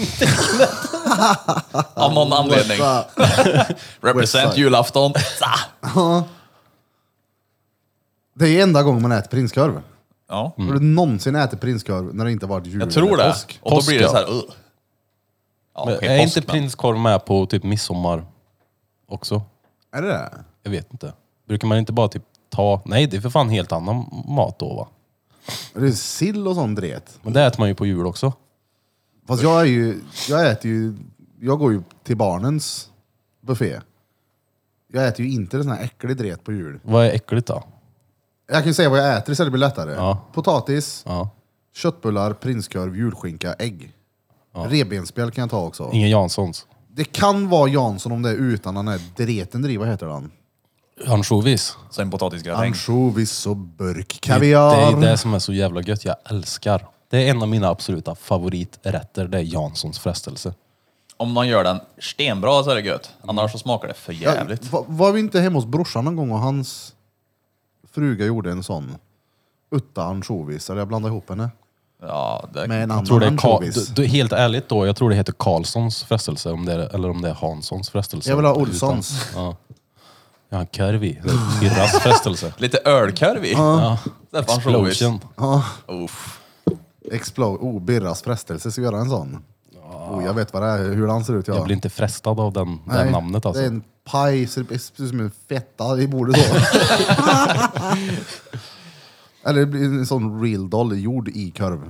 Av någon anledning. Represent julafton. Det är enda gången man äter prinskorv. Ja, Har du någonsin ätit prinskorv när det inte varit jul jag tror eller det. påsk? Och då Påsk, blir det ja. så här. Uh. Ja, Men okej, är påsk, inte men- prinskorv med på typ midsommar också? Är det det? Jag vet inte. Brukar man inte bara typ ta... Nej, det är för fan helt annan mat då va? Det är sill och sån dret. Men det äter man ju på jul också. Fast jag är ju, jag äter ju, jag går ju till barnens buffé. Jag äter ju inte sån här äcklig dret på jul. Vad är äckligt då? Jag kan ju säga vad jag äter så det blir lättare. Ja. Potatis, Ja. köttbullar, prinskorv, julskinka, ägg. Revbensspjäll kan jag ta också. Ingen Janssons. Det kan vara Jansson om det är utan den här dreten driv, vad heter den? Ansjovis. Så en potatisgratäng. Ansjovis och burk Det kaviar. är det som är så jävla gött. Jag älskar. Det är en av mina absoluta favoriträtter. Det är Janssons frestelse. Om man gör den stenbra så är det gött. Annars så smakar det för Ja, jävligt. va- var vi inte hemma hos brorsan någon gång och hans fruga gjorde en sån utta ansjovis, eller jag blandade ihop henne Ja, det med en annan Jag tror det är Ka- ansjovis. du, du, helt ärligt då, jag tror det heter Karlssons frestelse. Om det är, eller om det är Hanssons frestelse. Jag vill ha Utan- Olssons. Ja. Jag har en korv i. Syrras frestelse. lite ölkorv i. Ja. Stefan Sjovis. Explosion. Ja, Uff. Explode. Oh, Birras frestelse, ska vi göra en sån? Oh, jag vet vad det är, hur den ser ut. Ja. Jag blir inte frestad av den, det Nej, namnet alltså. Det är en paj, så det ser ut som en fetta i bordet så. Eller det blir en sån real doll gjord i korv.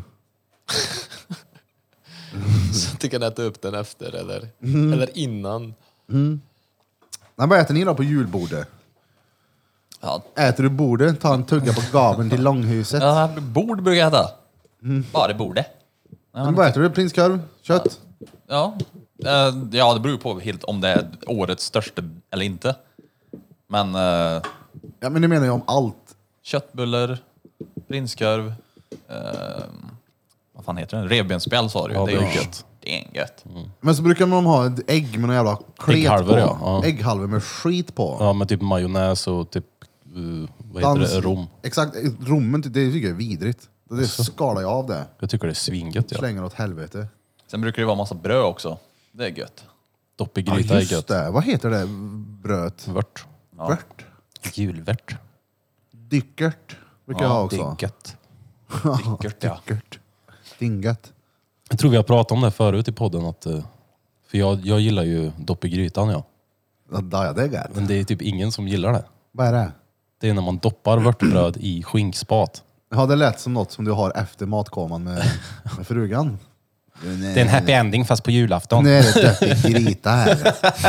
Så att du kan äta upp den efter eller, Mm. eller innan. Men vad äter ni då på julbordet? Ja, Äter du bordet, ta en tugga på gaveln till långhuset. ja, bord brukar jag äta. Bara bordet. Men vad äter du? Prinskorv? Kött? Ja. Eh, ja, det beror ju på helt om det är årets största eller inte. Men eh, Ja, men nu menar jag om allt. köttbullar, prinskorv, eh, vad fan heter den? Revbensspjäll sa du. Ja, det är det ju är gött. Det är gött. Men så brukar man ha ett ägg med någon jävla klet Ägghalvor, på. ja. Ja. Ägghalvor med skit på. Ja, med typ majonnäs och typ, uh, vad heter Dans- det, rom. Exakt, rommen, det tycker jag är vidrigt. Det skalar jag av det. Jag tycker det är svingött. Ja. Slänger åt helvete. Sen brukar det vara massa bröd också. Det är gött. Dopp i Ja, gryta är just gött. det. Vad heter det brödet? Vört. Ja. Vört? Julvärt. Dyckert brukar jag ha Det också. är gött. Gött, ja. Dyckert. Dingat. Jag tror vi har pratat om det förut i podden. Att, eh, för jag, jag gillar ju dopp i grytan, ja. Ja, det är gött. Men det är typ ingen som gillar det. Vad är det? Det är när man doppar vörtbröd i skinkspat. Ja, det lät som något som du har efter matkoman med, med frugan. Det är en happy ending fast på julafton. Nu är det dött i gryta här.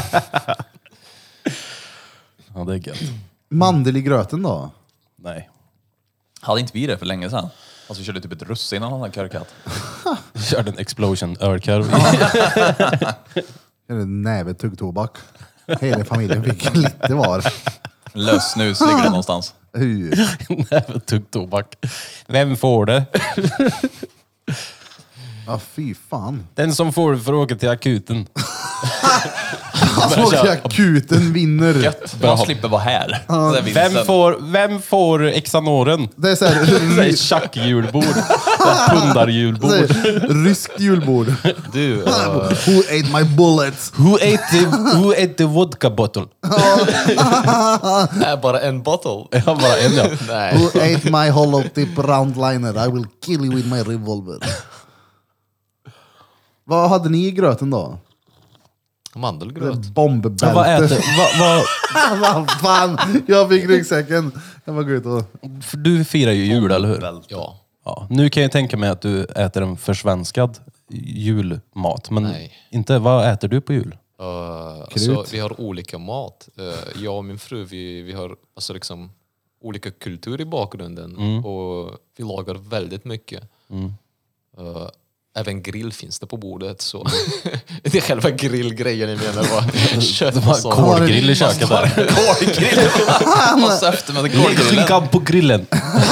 Ja, det är gött. Mandel i gröten då? Nej. Hade inte vi det för länge sedan? Alltså vi körde typ ett russin eller någon körkat. Jag körde en explosion ölkorv. Är det näve tuggtobak? Hela familjen fick lite var. Lös snus ligger det någonstans. Hur? Näve tuggtobak. Vem får det? Ja, fy fan. Den som får det får åka till akuten. Alltså, åker akuten vinner. Gött. Man slipper vara här. Så är vinsten. Vem får, vem får Xanoren? Det är såhär, Det är tjackjulbord. Pundarjulbord. ryskt julbord. Du, eh, Who ate my bullets? Who ate the, who ate the vodka bottle? är bara en bottle. Jag har bara en, ja. Nej. Who ate my hollow tip round liner? I will kill you with my revolver. Vad hade ni i gröten då? Mandelgröt. Bombbälte. Ja, vad äter... Vad, vad, Vad fan? Jag fick ryggsäcken. Jag var gå ut och... för du firar ju jul, eller hur? Ja. Ja. Nu kan jag tänka mig att du äter en försvenskad julmat. Men Nej. inte, vad äter du på jul? Uh, alltså, vi har olika mat. Uh, jag och min fru, vi, vi har alltså liksom olika kultur i bakgrunden. Och vi lagar väldigt mycket. Uh, även grill finns det på bordet. Så det är själva grillgrejen jag menar. Va? Kött och sånt. Kolgrill i köket där. Kolgrill! Vad söfter med Lägg kolgrillen. skinkan på grillen.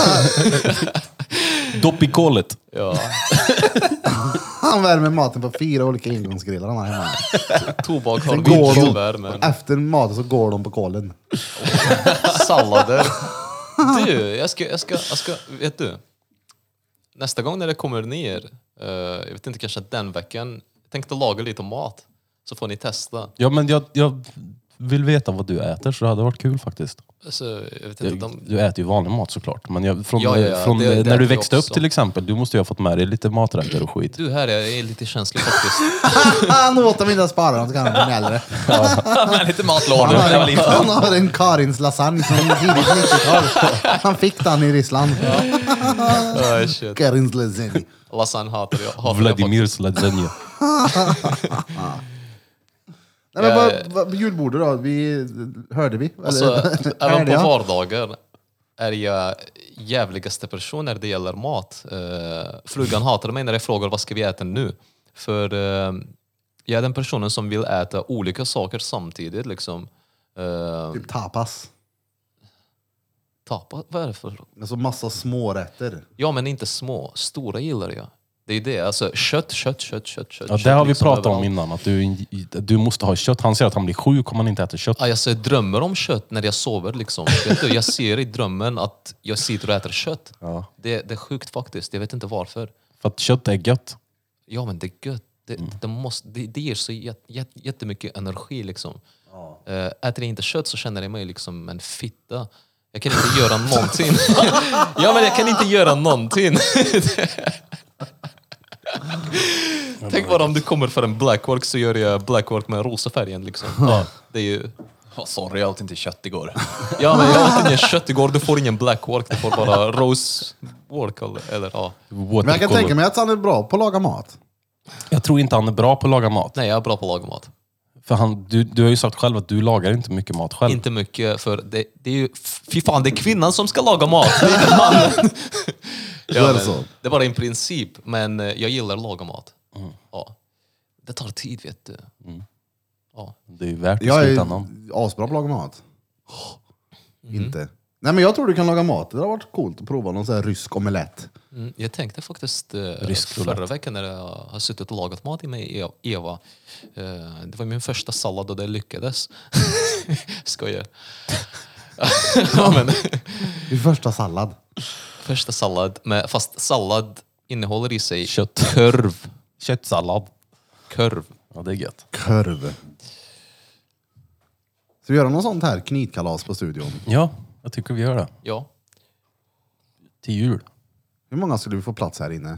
Dopp i kolet. Ja. Han värmer maten på fyra olika ingångsgrillar han har hemma. Tobak har Sen går villvärmen. de, efter maten så går de på kolen. Sallader. Du, jag ska, jag ska, jag ska, vet du? Nästa gång när det kommer ner, uh, jag vet inte, kanske den veckan, jag tänkte laga lite mat. Så får ni testa. Ja, men jag, jag vill veta vad du äter, så det hade varit kul faktiskt. Alltså, jag vet inte, de, Du äter ju vanlig mat såklart. Men jag, från, Ja, ja, ja, från det- det när äter du jag växte upp också. till exempel, du måste ju ha fått med dig lite maträtter och skit. du här är lite känslig faktiskt. Han åt dem inte spara dem så kan han bli äldre. Med lite matlådor Han när jag var har, liten. han har en Karins lasagne från tidigt nittiotal. Han fick den i Ryssland. Oh, shit. Karins lasagne. Lasagne hatar jag. Hatar jag Vladimirs lasagne. Nej, men Jag- vad, vad, julbordet då? Vi, hörde vi? Alltså, Eller, även hörde på jag? vardagar är jag jävligaste person när det gäller mat. Uh, frugan hatar mig när jag frågar vad ska vi äta nu. För uh, jag är den personen som vill äta olika saker samtidigt. Liksom. Uh, Typ tapas. tapa, vad är det för? Alltså massa smårätter. Ja, men inte små. Stora gillar jag. Det är det. Alltså kött, kött, kött, kött, kött. Ja, kött det har vi liksom pratat om överallt. innan, att du, du måste ha kött. Han säger att han blir sjuk om han inte äter kött. Ja, alltså, jag drömmer om kött när jag sover. Liksom. Vet du, jag ser i drömmen att jag sitter och äter kött. Ja. Det, det är sjukt faktiskt. Jag vet inte varför. För att kött är gött. Ja, men det är gött. Det, det, måste, det, det ger så jät, jät, jättemycket energi. Liksom. Uh, äter jag inte kött så känner jag mig liksom en fitta. Jag kan inte göra någonting. Ja, men jag kan inte göra någonting. Tänk bara om du kommer för en blackwork så gör jag blackwork med rosa färgen. Liksom. Ja, det är ju... Oh, sorry, jag åt inte kött igår. Ja, men jag åt ingen kött igår. Du får ingen blackwork. Du får bara rosework. Eller, eller, ja. Men jag kan tänka mig att han är bra på att laga mat. Jag tror inte han är bra på att laga mat. Nej, jag är bra på att laga mat. För han, du, du har ju sagt själv att du lagar inte mycket mat själv. Inte mycket, för det, det är ju... Fy fan, det är kvinnan som ska laga mat. Det är inte mannen. Då är det men så. Det är bara en princip, men eh, jag gillar att laga mat. Ja. Det tar tid, vet du. Ja. Det är ju värt i Jag är slutändan. asbra på att laga mat. Inte. Nej, men jag tror du kan laga mat. Det har varit coolt att prova någon sån här rysk omelett. Mm, jag tänkte faktiskt eh, Rysk förra roulette. veckan när jag har suttit och lagat mat med E- Eva. Eh, det var min första sallad och det lyckades. Skojar. Ja, men, Din första sallad. första sallad, med, fast sallad innehåller i sig Kött. korv. Köttsallad. Korv. Ja, det är gött. Korv. Ska vi göra något sånt här knytkalas på studion? Ja, jag tycker vi gör det. Ja. Till jul. Hur många skulle vi få plats här inne?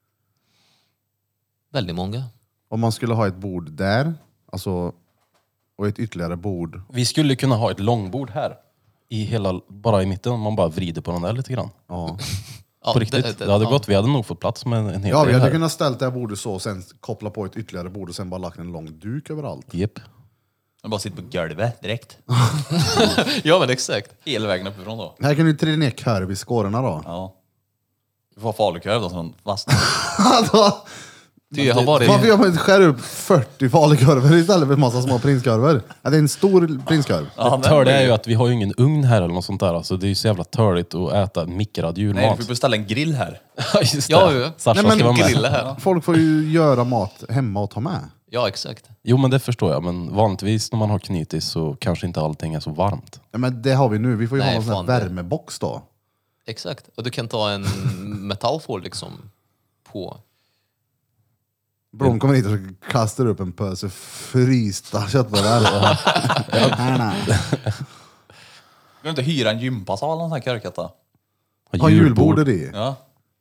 Väldigt många. Om man skulle ha ett bord där, alltså, och ett ytterligare bord. Vi skulle kunna ha ett långbord här. I hela, bara i mitten, om man bara vrider på den där lite grann. Ja, Ja, På riktigt. Det, hade ja. gått. Vi hade nog fått plats med en hel ja vi del hade här. kunnat ställa det här bordet så och sen koppla på ett ytterligare bord och sen bara lagt en lång duk överallt. Japp. Jag bara sitter på golvet direkt. Ja, men exakt. Hela vägen uppifrån då. Här kan du trilla ner korv i skårorna då. Ja. Vi får ha falukorv då som fastnar. Alltså, Det har varit... Varför gör man inte skär upp fyrtio falukorvar istället för en massa små prinskorvar? Ja, det är en stor prinskorv. Ja, Det törliga är ju att vi har ju ingen ugn här eller något sånt där. Alltså det är ju så jävla törligt att äta mikrad Nej, julmat. vi får beställa en grill här. Ja, just det. Ja, ja. Sasha Nej, men ska vara med. grilla här. Folk får ju göra mat hemma och ta med. Ja, exakt. Jo, men det förstår jag. Men vanligtvis när man har knytis så kanske inte allting är så varmt. Ja, men det har vi nu. Vi får ju Nej, ha en sån fan, här det- värmebox då. Exakt. Och du kan ta en metallfål liksom på. Bron kommer hit och kastar upp en pöse frysta köttbullar. Nej, nej. Ska du inte hyra en gympasal eller någon sån här körketta? Ha julbordet i. Ja.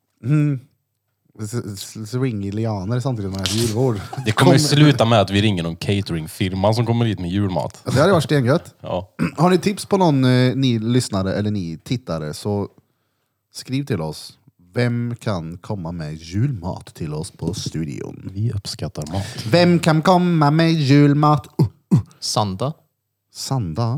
Swing i lianer samtidigt med ett julbord. Det kommer ju sluta med att vi ringer någon cateringfirma som kommer hit med julmat. Det hade varit stengött. Ja. Har ni tips på någon, eh, ni lyssnare eller ni tittare, så skriv till oss. Vem kan komma med julmat till oss på studion? Vi uppskattar mat. Vem kan komma med julmat? Uh, Santa. Sanda?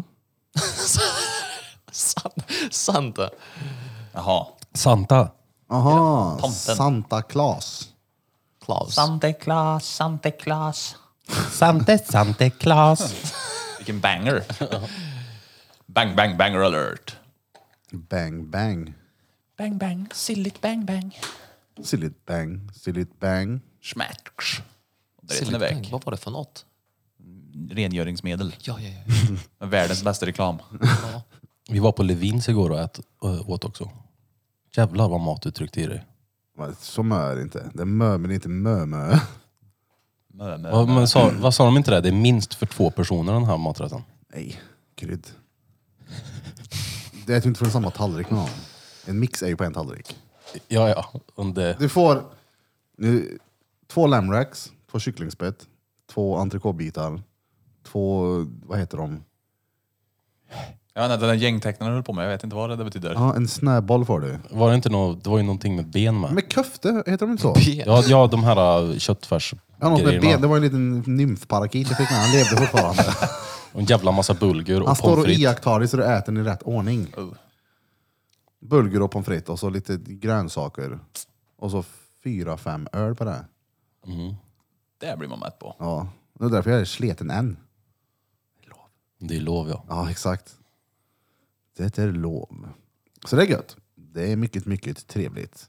San- Santa. Jaha. Santa. Aha, tomten. Santa Claus. Klaus. Santa Claus, Santa Claus. Santa, Santa Claus. Vilken banger. Bang, bang, banger alert. Bang, bang. Bang, bang, silligt bang, bang. Silligt bang, silligt bang. Smärts. Det är Silly väck. Bang, vad var det för något? Rengöringsmedel. Ja, ja, ja. Världens bästa reklam. ja. Vi var på Levins igår och ät, och åt också. Jävlar vad mat du tryckte i dig. Men så mö är det inte. Det är mö, men det är inte mö-mö. Mö, mö, Vad, mö. men sa, vad sa de inte det? Det är minst för två personer den här maträtten. Nej, krydd. Det äter inte från samma tallrik med någon. En mix är ju på en tallrik. Ja, ja. Om det, Du får nu, två lamracks, två kycklingspett, två entrecôtebitar, två, vad heter de? Jag vet inte, den där gängtecknaren höll på med. Jag vet inte vad det betyder. Ja, en snöboll får du. var det inte något, det var ju någonting med ben med. Med köfte, heter de inte så? Ja, ja de här uh, köttfärs Ja, något med ben. grejerna. Det var en liten nymfparakit jag fick med. Han levde fortfarande. Och en jävla massa bulgur och Han står pommes och frites. iakttar dig så du äter den i rätt ordning. Oh. Bulgur och pommes frites och så lite grönsaker. Och så fyra, fem öl på det. Det blir man mätt på. Ja, det är därför jag är sleten än. Det är lov, ja. Ja, exakt. Det är lov. Så det är gött. Det är mycket, mycket trevligt.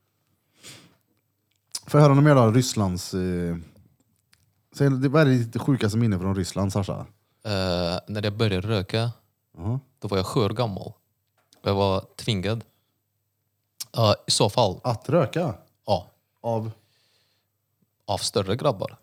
Får jag höra något mer då? Rysslands... Eh... Säg, det- vad är ditt sjukaste minne från Ryssland, Sasha? Eh, när jag började röka, Ja. då var jag sju år gammal. Och jag var tvingad. Eh, I så fall, Att röka? ja, Av... av större grabbar.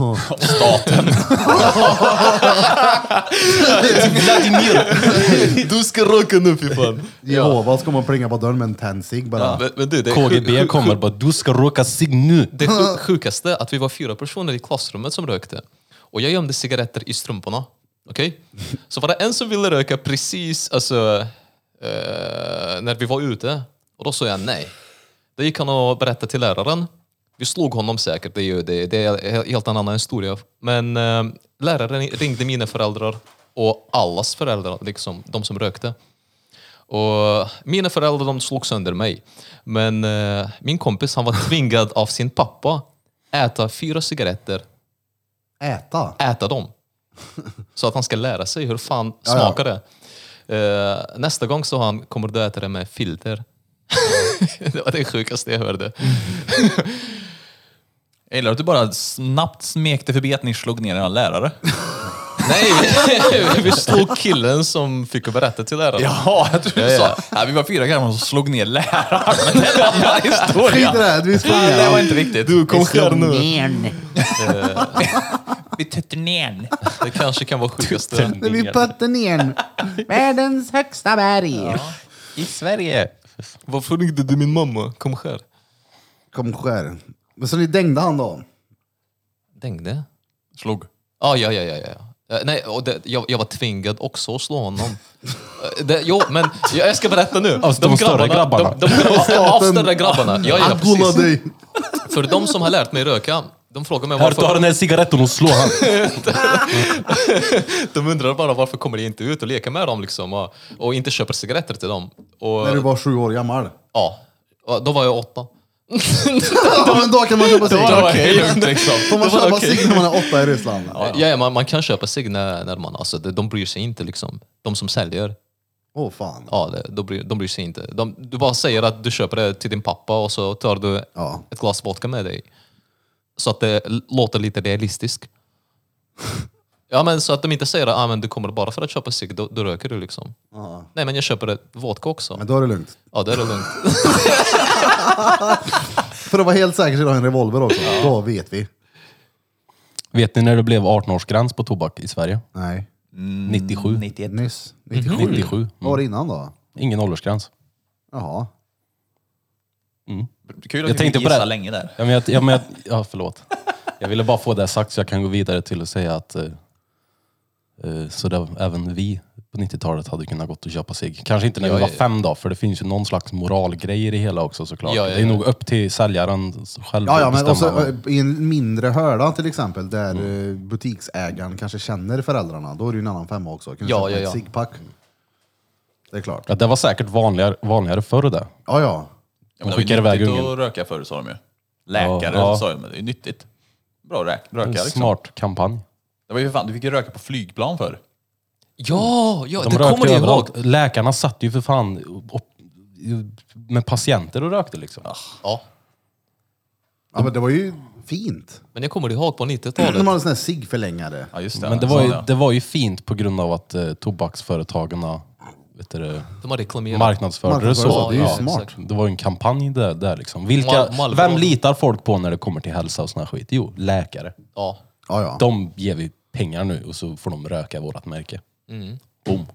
Du ska röka nu, fy fan. Jehovas kommer och plinga på dörren med en tändsig bara. Men, men du, det är K G sju- B kommer bara, du ska råka sig nu. Det sjuk- sjukaste att vi var fyra personer i klassrummet som rökte. Och jag gömde cigaretter i strumporna. Okej? Så var det en som ville röka precis alltså, eh, när vi var ute. Och då sa jag nej. Då gick han och berättade till läraren. Vi slog honom säkert, det är, ju, det, det är helt en annan historia. Men eh, läraren ringde mina föräldrar och allas föräldrar, liksom, de som rökte. Och mina föräldrar de slog sönder mig. Men eh, min kompis han var tvingad av sin pappa äta fyra cigaretter, Äta? äta dem. Så att han ska lära sig hur fan ja. smakar det. Eh, nästa gång så han kommer du äta det med filter. Det var det sjukaste jag hörde. Jag gillar att du bara snabbt smekte förbi att ni slog ner en lärare. Nej, vi slog killen som fick berätta till läraren. Ja, jag tror du Ja, ja. sa. Nej, vi var fyra grabbar som slog ner läraren. Men det är en annan Skit i historia. det här, vi slog Nej, ner det var honom. inte viktigt. Du kom själv nu. Vi tötte ner. Det kanske kan vara sjukaste. När vi pötte ner världens högsta berg. I Sverige. Varför ringde du min mamma? Kom själv. Kom skär. Men så ni dängde han då? Dängde? Slog. Ah, ja, ja, ja, ja. Eh, nej, och det, jag, jag var tvingad också att slå honom. Eh, det, jo, men jag, jag ska berätta nu. Av de större grabbarna? De, de, de, av större grabbarna. Ja, ja, Kolla precis. dig. För de som har lärt mig röka, de frågar mig Här tar varför... den här cigaretten och slår han. De undrar bara varför kommer jag inte ut och leka med dem liksom, och, och inte köper cigaretter till dem. Och, När du var sju år gammal. ja, och då var jag åtta. Ja, men då kan man köpa cigg. Då var det Okej, okej. lugnt liksom. Får man Då var det köpa okej. cigg när man är åtta i Ryssland? Ja, ja, man, man kan köpa cigg när, när man, alltså, de, de bryr sig inte liksom. De som säljer, Åh fan. ja, det, de, bryr, de bryr sig inte. De, du bara säger att du köper det till din pappa och så tar du Ja. ett glas vodka med dig. Så att det l- låter lite realistiskt. Ja, men så att de inte säger att ah, men du kommer bara för att köpa cigg, då, då röker du liksom. Ja. Nej, men jag köper ett vodka också. Men då är det lugnt. Ja, det är det lugnt. För att vara helt säker så har jag en revolver också. Då vet vi. Vet ni när det blev arton-årsgräns på tobak i Sverige? Nej. nittiosju. nittioett. Nyss. nittiosju. nittiosju. Vad var det innan då? Ingen åldersgräns. Jaha. Kul att Jag du tänkte fick på gissa det. länge där. Ja, men jag, ja, men jag, ja, förlåt. Jag ville bara få det sagt så jag kan gå vidare till att säga att eh, eh, så det, även vi på nittiotalet hade kunnat gått och köpa sig. Kanske inte när Ja, vi var ja, ja. fem då, för det finns ju någon slags moralgrej i det hela också såklart. Ja, ja, Det är ja. nog upp till säljaren själv Ja, ja, att men bestämma. också, eh, i en mindre hörda till exempel, där eh, butiksägaren kanske känner föräldrarna, då är det ju en annan femma också. Kan du Ja, köpa ja, ett ja. ciggpack? Det är klart. Ja, det var säkert vanligare, vanligare förr det. Ja, ja. Ja, men skickar det var iväg ju nyttigt ungen. att röka förr, sa de ju. Läkare Ja, ja. sa ju, men det är nyttigt. Bra rök, röka En liksom. smart kampanj. Det var ju för fan, du fick ju röka på flygplan förr. Ja, ja De det rökte kommer du ihåg. överallt. Läkarna satt ju för fan upp, med patienter och rökte liksom. Ja, Ja, men det var ju fint. men jag kommer ihåg på De nittiotalet. hade en sån här ciggförlängare. Ja, just det. Men det var, ju, Ja. det var ju fint på grund av att eh, tobaksföretagen vet du, det, De har reklamerat. marknadsförde det så. Marknadsförde, det är ju Ja, smart. exakt. Det var ju en kampanj där, där liksom. Vilka, Mal- Malbro. vem litar folk på när det kommer till hälsa och sån här skit? Jo, läkare. Ja. Ja, ja. De ger vi pengar nu och så får de röka vårt märke. Mm. Boom.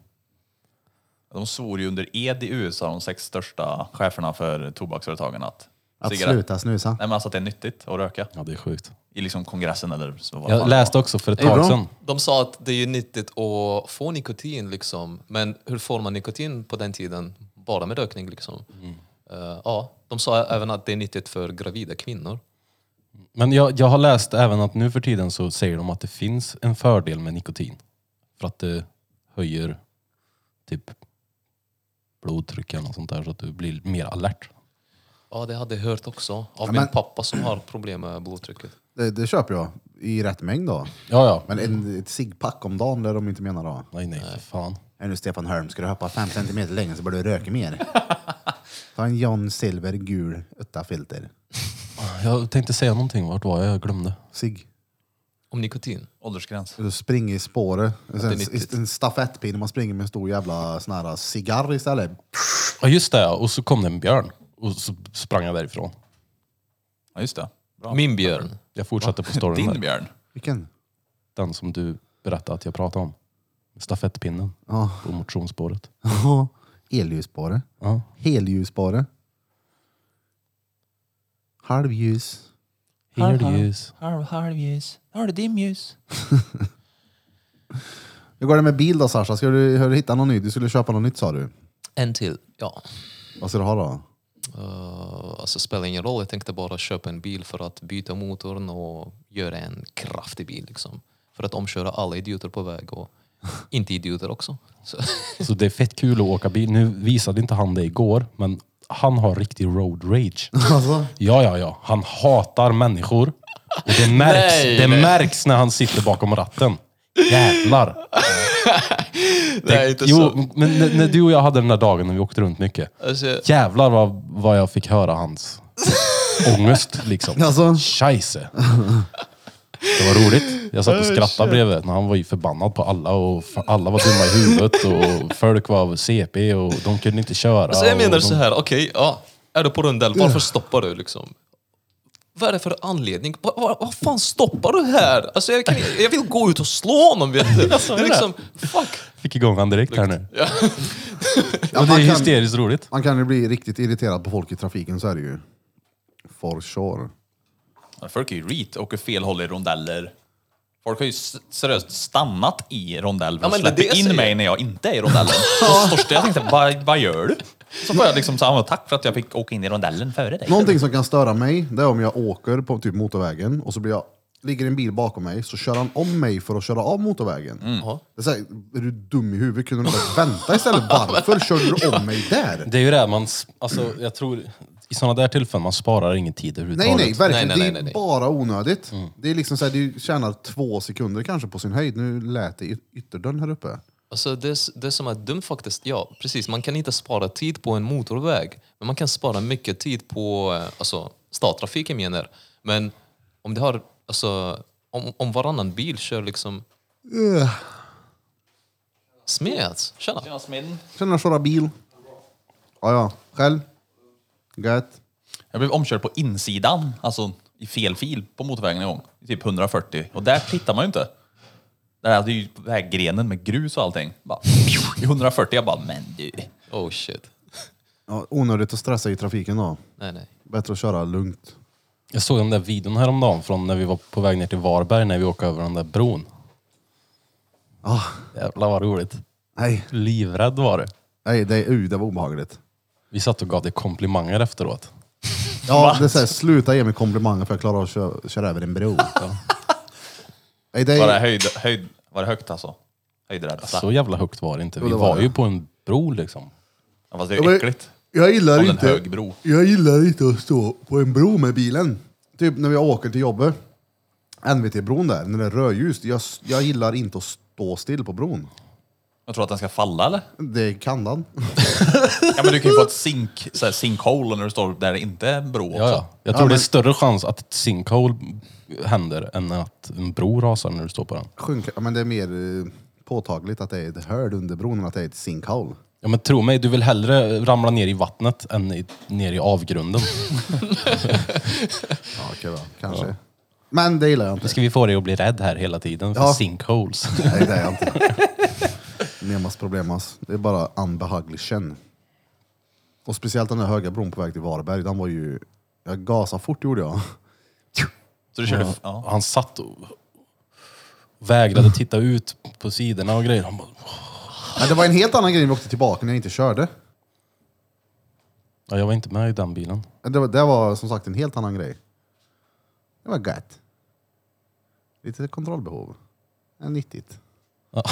De svor ju under ed i U S A, de sex största cheferna för tobaksföretagen, att, Att cigarett- sluta snusa. Nej, men alltså att det är nyttigt att röka. Ja, det är sjukt. I liksom kongressen eller så. vad fan Jag det läste var. också för ett Är det tag bra? sedan. De sa att det är nyttigt att få nikotin, liksom. Men hur får man nikotin på den tiden? Bara med rökning. Liksom. Eh, ja, de sa även att det är nyttigt för gravida kvinnor. Men jag, jag har läst även att nu för tiden så säger de att det finns en fördel med nikotin. För att det höjer typ blodtrycken och sånt där så att du blir mer alert. Ja, det hade jag hört också. Av Ja, min men- pappa som har problem med blodtrycket. Det, det köper jag i rätt mängd då. Ja, ja. Men en, ett ciggpack om dagen, det är de inte menar då. Nej, nej, för fan. Är nu Stefan Hörm, ska du hoppa fem centimeter längre så bör du röka mer. Ta en John Silver gul utta filter. Jag tänkte säga någonting, vart var jag? Jag glömde. Cigg. Om nikotin. Åldersgräns. Du springer i spåret. En, är nyttigt. en stafettpinne, man springer med en stor jävla sån här cigarr istället. Ja, just det. Ja. Och så kom det en björn. Och så sprang jag därifrån. Ja, just det. Bra. Min björn. Jag fortsatte på storyn Din där. björn. Vilken? Den som du berättade att jag pratade om. Stafettpinnen Ja. på motionsspåret. Jaha. Elljusspåret. Ja. Helljusspåret. Halvljus. Helljus. Halv, halvljus. Har du dimljus? Hur går det med bil då Sasha? Ska du, har du hittat något nytt? Du skulle köpa något nytt sa du. En till. Ja. Vad ska du ha då? Uh, alltså spelar ingen roll. Jag tänkte bara köpa en bil för att byta motorn och göra en kraftig bil. Liksom. För att omköra alla idioter på väg och inte idioter också. Så. Så det är fett kul att åka bil. Nu visade inte han det igår, men han har riktig road rage. Alltså? Ja, ja, ja. Han hatar människor. Och det märks, Nej, det nej. märks när han sitter bakom ratten. Jävlar. Nej, inte jo, så. men när, när du och jag hade den där dagen när vi åkte runt mycket. Alltså, Jävlar vad, vad jag fick höra hans ångest liksom. Alltså? Scheisse. Det var roligt. Jag satt och skrattade bredvid när han var ju förbannad på alla och f- alla var dumma i huvudet och folk var C P och de kunde inte köra. alltså jag menar och de... så här, okej, ja. Är du på rondell, varför stoppar du liksom? Vad är det för anledning? Vad, vad, vad fan stoppar du här? Alltså jag, kan, jag vill gå ut och slå honom, vet du. Det är liksom, fuck. Fick igång han direkt här nu. Ja. Och det man är kan- hysteriskt roligt. Man kan ju bli riktigt irriterad på folk i trafiken, så är det ju. For sure. Ja, folk är ju reet, åker fel håll i rondeller. Folk har ju s- seriöst stannat i rondell Ja, och men det är släpper det jag in säger. mig när jag inte är i rondellen. Så största jag tänkte, vad, vad gör du? Så får jag liksom säga, tack för att jag fick åka in i rondellen före dig. Någonting som kan störa mig, det är om jag åker på typ motorvägen och så blir jag ligger en bil bakom mig, så kör han om mig för att köra av motorvägen. Ja. Det är, så här, är du dum i huvudet? Kunde du inte vänta istället? Varför körde du om mig där? Det är ju det, man, s- alltså, jag tror i sådana där tillfällen man sparar ingen tid Nej, överhuvudtaget. nej, verkligen. Nej, nej, det nej, är nej. bara onödigt. Det är liksom så här, du tjänar två sekunder kanske på sin höjd. Nu lät det i ytterdörren här uppe. Alltså det, det som är dumt faktiskt, ja precis, man kan inte spara tid på en motorväg, men man kan spara mycket tid på eh, alltså, stadtrafiken menar. Men om det har, alltså, om, om varannan bil kör liksom Uh. smeds, tjena. Tjena smeden. Känner jag köra bil. Ja, ja. Själv? Gött. Jag blev omkörd på insidan, alltså i fel fil på motorvägen en gång. I typ hundrafyrtio. Och där tittar man ju inte. Där hade ju väggrenen med grus och allting. Bara, i hundrafyrtio, jag bara, men du. Oh shit. Ja, onödigt att stressa i trafiken då. Nej, nej. Bättre att köra lugnt. Jag såg den där videon häromdagen från när vi var på väg ner till Varberg när vi åkte över den där bron. Ah, Jävlar vad roligt. nej, Livrädd var det. nej det, uh, det var obehagligt. Vi satt och gav dig komplimanger efteråt. Ja, det är så här, sluta ge mig komplimanger för jag klarar att köra, köra över en bro. Nej, det Var det, är, höjd, höjd, var det högt alltså? Höjdrädsla. Så jävla högt var det inte. Vi Jo, det var var det. ju på en bro liksom. Ja, fast det är Ja, ju men- äckligt. jag gillar Om en inte hög bro. Jag gillar inte att stå på en bro med bilen. Typ när vi åker till jobbet. N V T-bron där, när det är rödljus. Jag, jag gillar inte att stå still på bron. Jag tror att den ska falla eller? Det kan den. Ja men du kan ju få ett sink, så här, sinkhole när du står där det inte är en bro också. Ja, ja. Jag Ja, tror det är men- större chans att ett sinkhole händer än att en bro rasar när du står på den. Sjunk, ja, men det är mer eh, påtagligt att det är ett hörd under bron än att det är ett sinkhole. Ja men tro mig, du vill hellre ramla ner i vattnet än i, ner i avgrunden. Ja, okej va. Kanske. Men det gillar jag inte. Ska vi få dig att bli rädd här hela tiden för Ja. sinkholes? Nej, det är jag inte. Nemas problemas. Det är bara unbehaglig känn. Och speciellt den där höga bron på väg till Varberg. Den var ju... Jag gasade fort gjorde jag. Så du körde... Ja. Ja. Han satt och vägrade titta ut på sidorna och grejer. Han bara, Men det var en helt annan grej när vi åkte tillbaka när jag inte körde. ja, jag var inte med i den bilen. Det var, det var som sagt en helt annan grej. Det var gött. Lite kontrollbehov. Ja, nyttigt. Ja.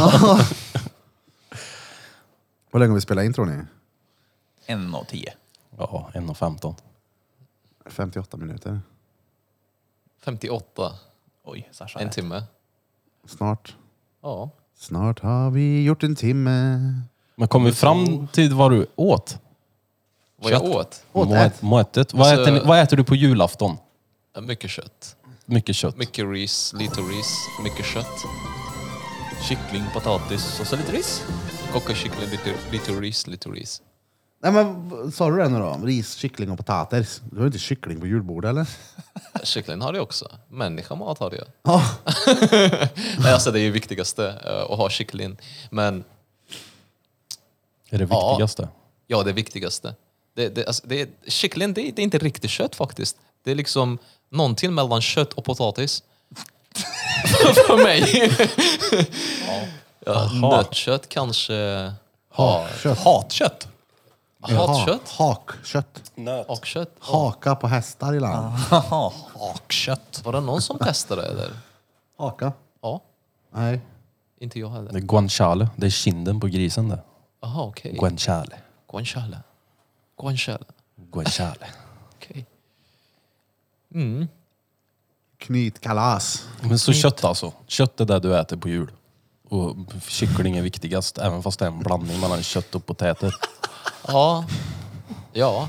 Hur länge har vi spelat in tror ni? En och tio. Ja, en och femton. femtioåtta minuter. femtioåtta, Oj, Sasha. en rätt. timme. Snart. Ja. Snart har vi gjort en timme. Men kom vi fram till vad du åt? Vad jag Kött. åt? Åt Må- ett. Måttet. Vad, Alltså- äter ni, vad äter du på julafton? Ja, mycket kött. Mycket kött. Mycket ris, lite ris, mycket kött. Kyckling, potatis och så lite ris. Koka kyckling, lite, lite ris, lite ris. Nej men vad sa du det nu då? Ris, kyckling och potatis. Du har inte kyckling på julbordet eller? Kyckling har jag också. Människamat har jag. Ja. Nej, alltså det är ju viktigaste eh, att ha kyckling. Men Är det Ja. viktigaste? ja, det viktigaste. Det, det, alltså, det, är- kyckling det, är- det är inte riktigt kött faktiskt. Det är liksom någonting mellan kött och potatis. För mig. ja, nötkött kanske. Ja, Kött. Hatkött. hatkött. Hakkött. Och kött. Haka på hästar i land. Hakkött. Var det någon som testade det? Eller? Haka? Ja, Nej. inte jag heller. Det är guanciale. Det är kinden på grisen där. Jaha, okej. Guanciale. Guanciale. Guanciale. Guanciale. Okej. Mm. Knytkalas. Men så kött alltså. Kött är det du äter på jul. Och kyckling är viktigast, även fast det är en blandning mellan kött och potäter. Ja. Ja.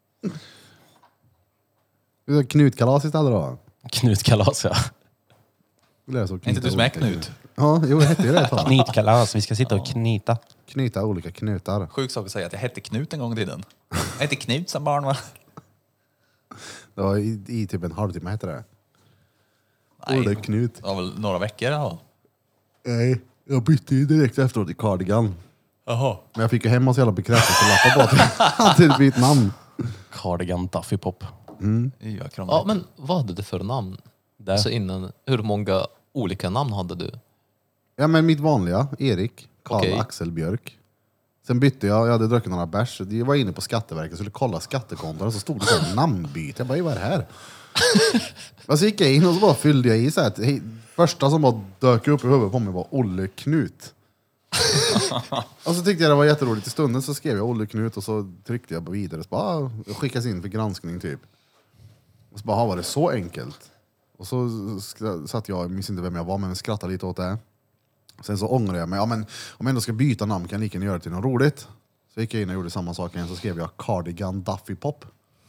Knutkalas istället då? Knutkalas, ja. Det är så Är inte du som är Knut? Ja, jo det hette ju det ett tag. Knitkalas, vi ska sitta och knita. Knyta olika knutar. Sjuk sak att säga att jag hette Knut en gång i tiden. Jag hette Knut som barn va? Det var i, i typ en halvtimme hette det. Nej. Olle Knut. Det var väl några veckor i alla fall. Nej, jag bytte ju direkt efteråt i cardigan. Jaha. Men jag fick ju hem oss jävla bekräftelselappar på att jag hade ett bytt namn. Cardigan Duffy Pop. Ja, Ja, men vad hade du för namn? Där. Alltså innan, hur många olika namn hade du? Ja men mitt vanliga, Erik, Karl Okej. Axel Björk. Sen bytte jag, jag hade druckit några bärs. Jag var inne på Skatteverket och skulle kolla skattekonton och så stod det så här namnbyte. Jag bara, vad är det här? Och så gick jag in och så bara fyllde jag i så här. Hej, första som bara dök upp i huvudet på mig var Olle Knut. Och så tyckte jag det var jätteroligt. I stunden så skrev jag Olle Knut och så tryckte jag på vidare. Så bara skickas in för granskning typ. Och så bara, var det så enkelt? Och så satt jag, jag minns inte vem jag var, men skrattade lite åt det. Sen så ångrade jag mig. Ja, men om jag ändå ska byta namn kan jag lika gärna göra det till något roligt. Så gick jag in och gjorde samma sak igen. Så skrev jag Cardigan Duffy Pop.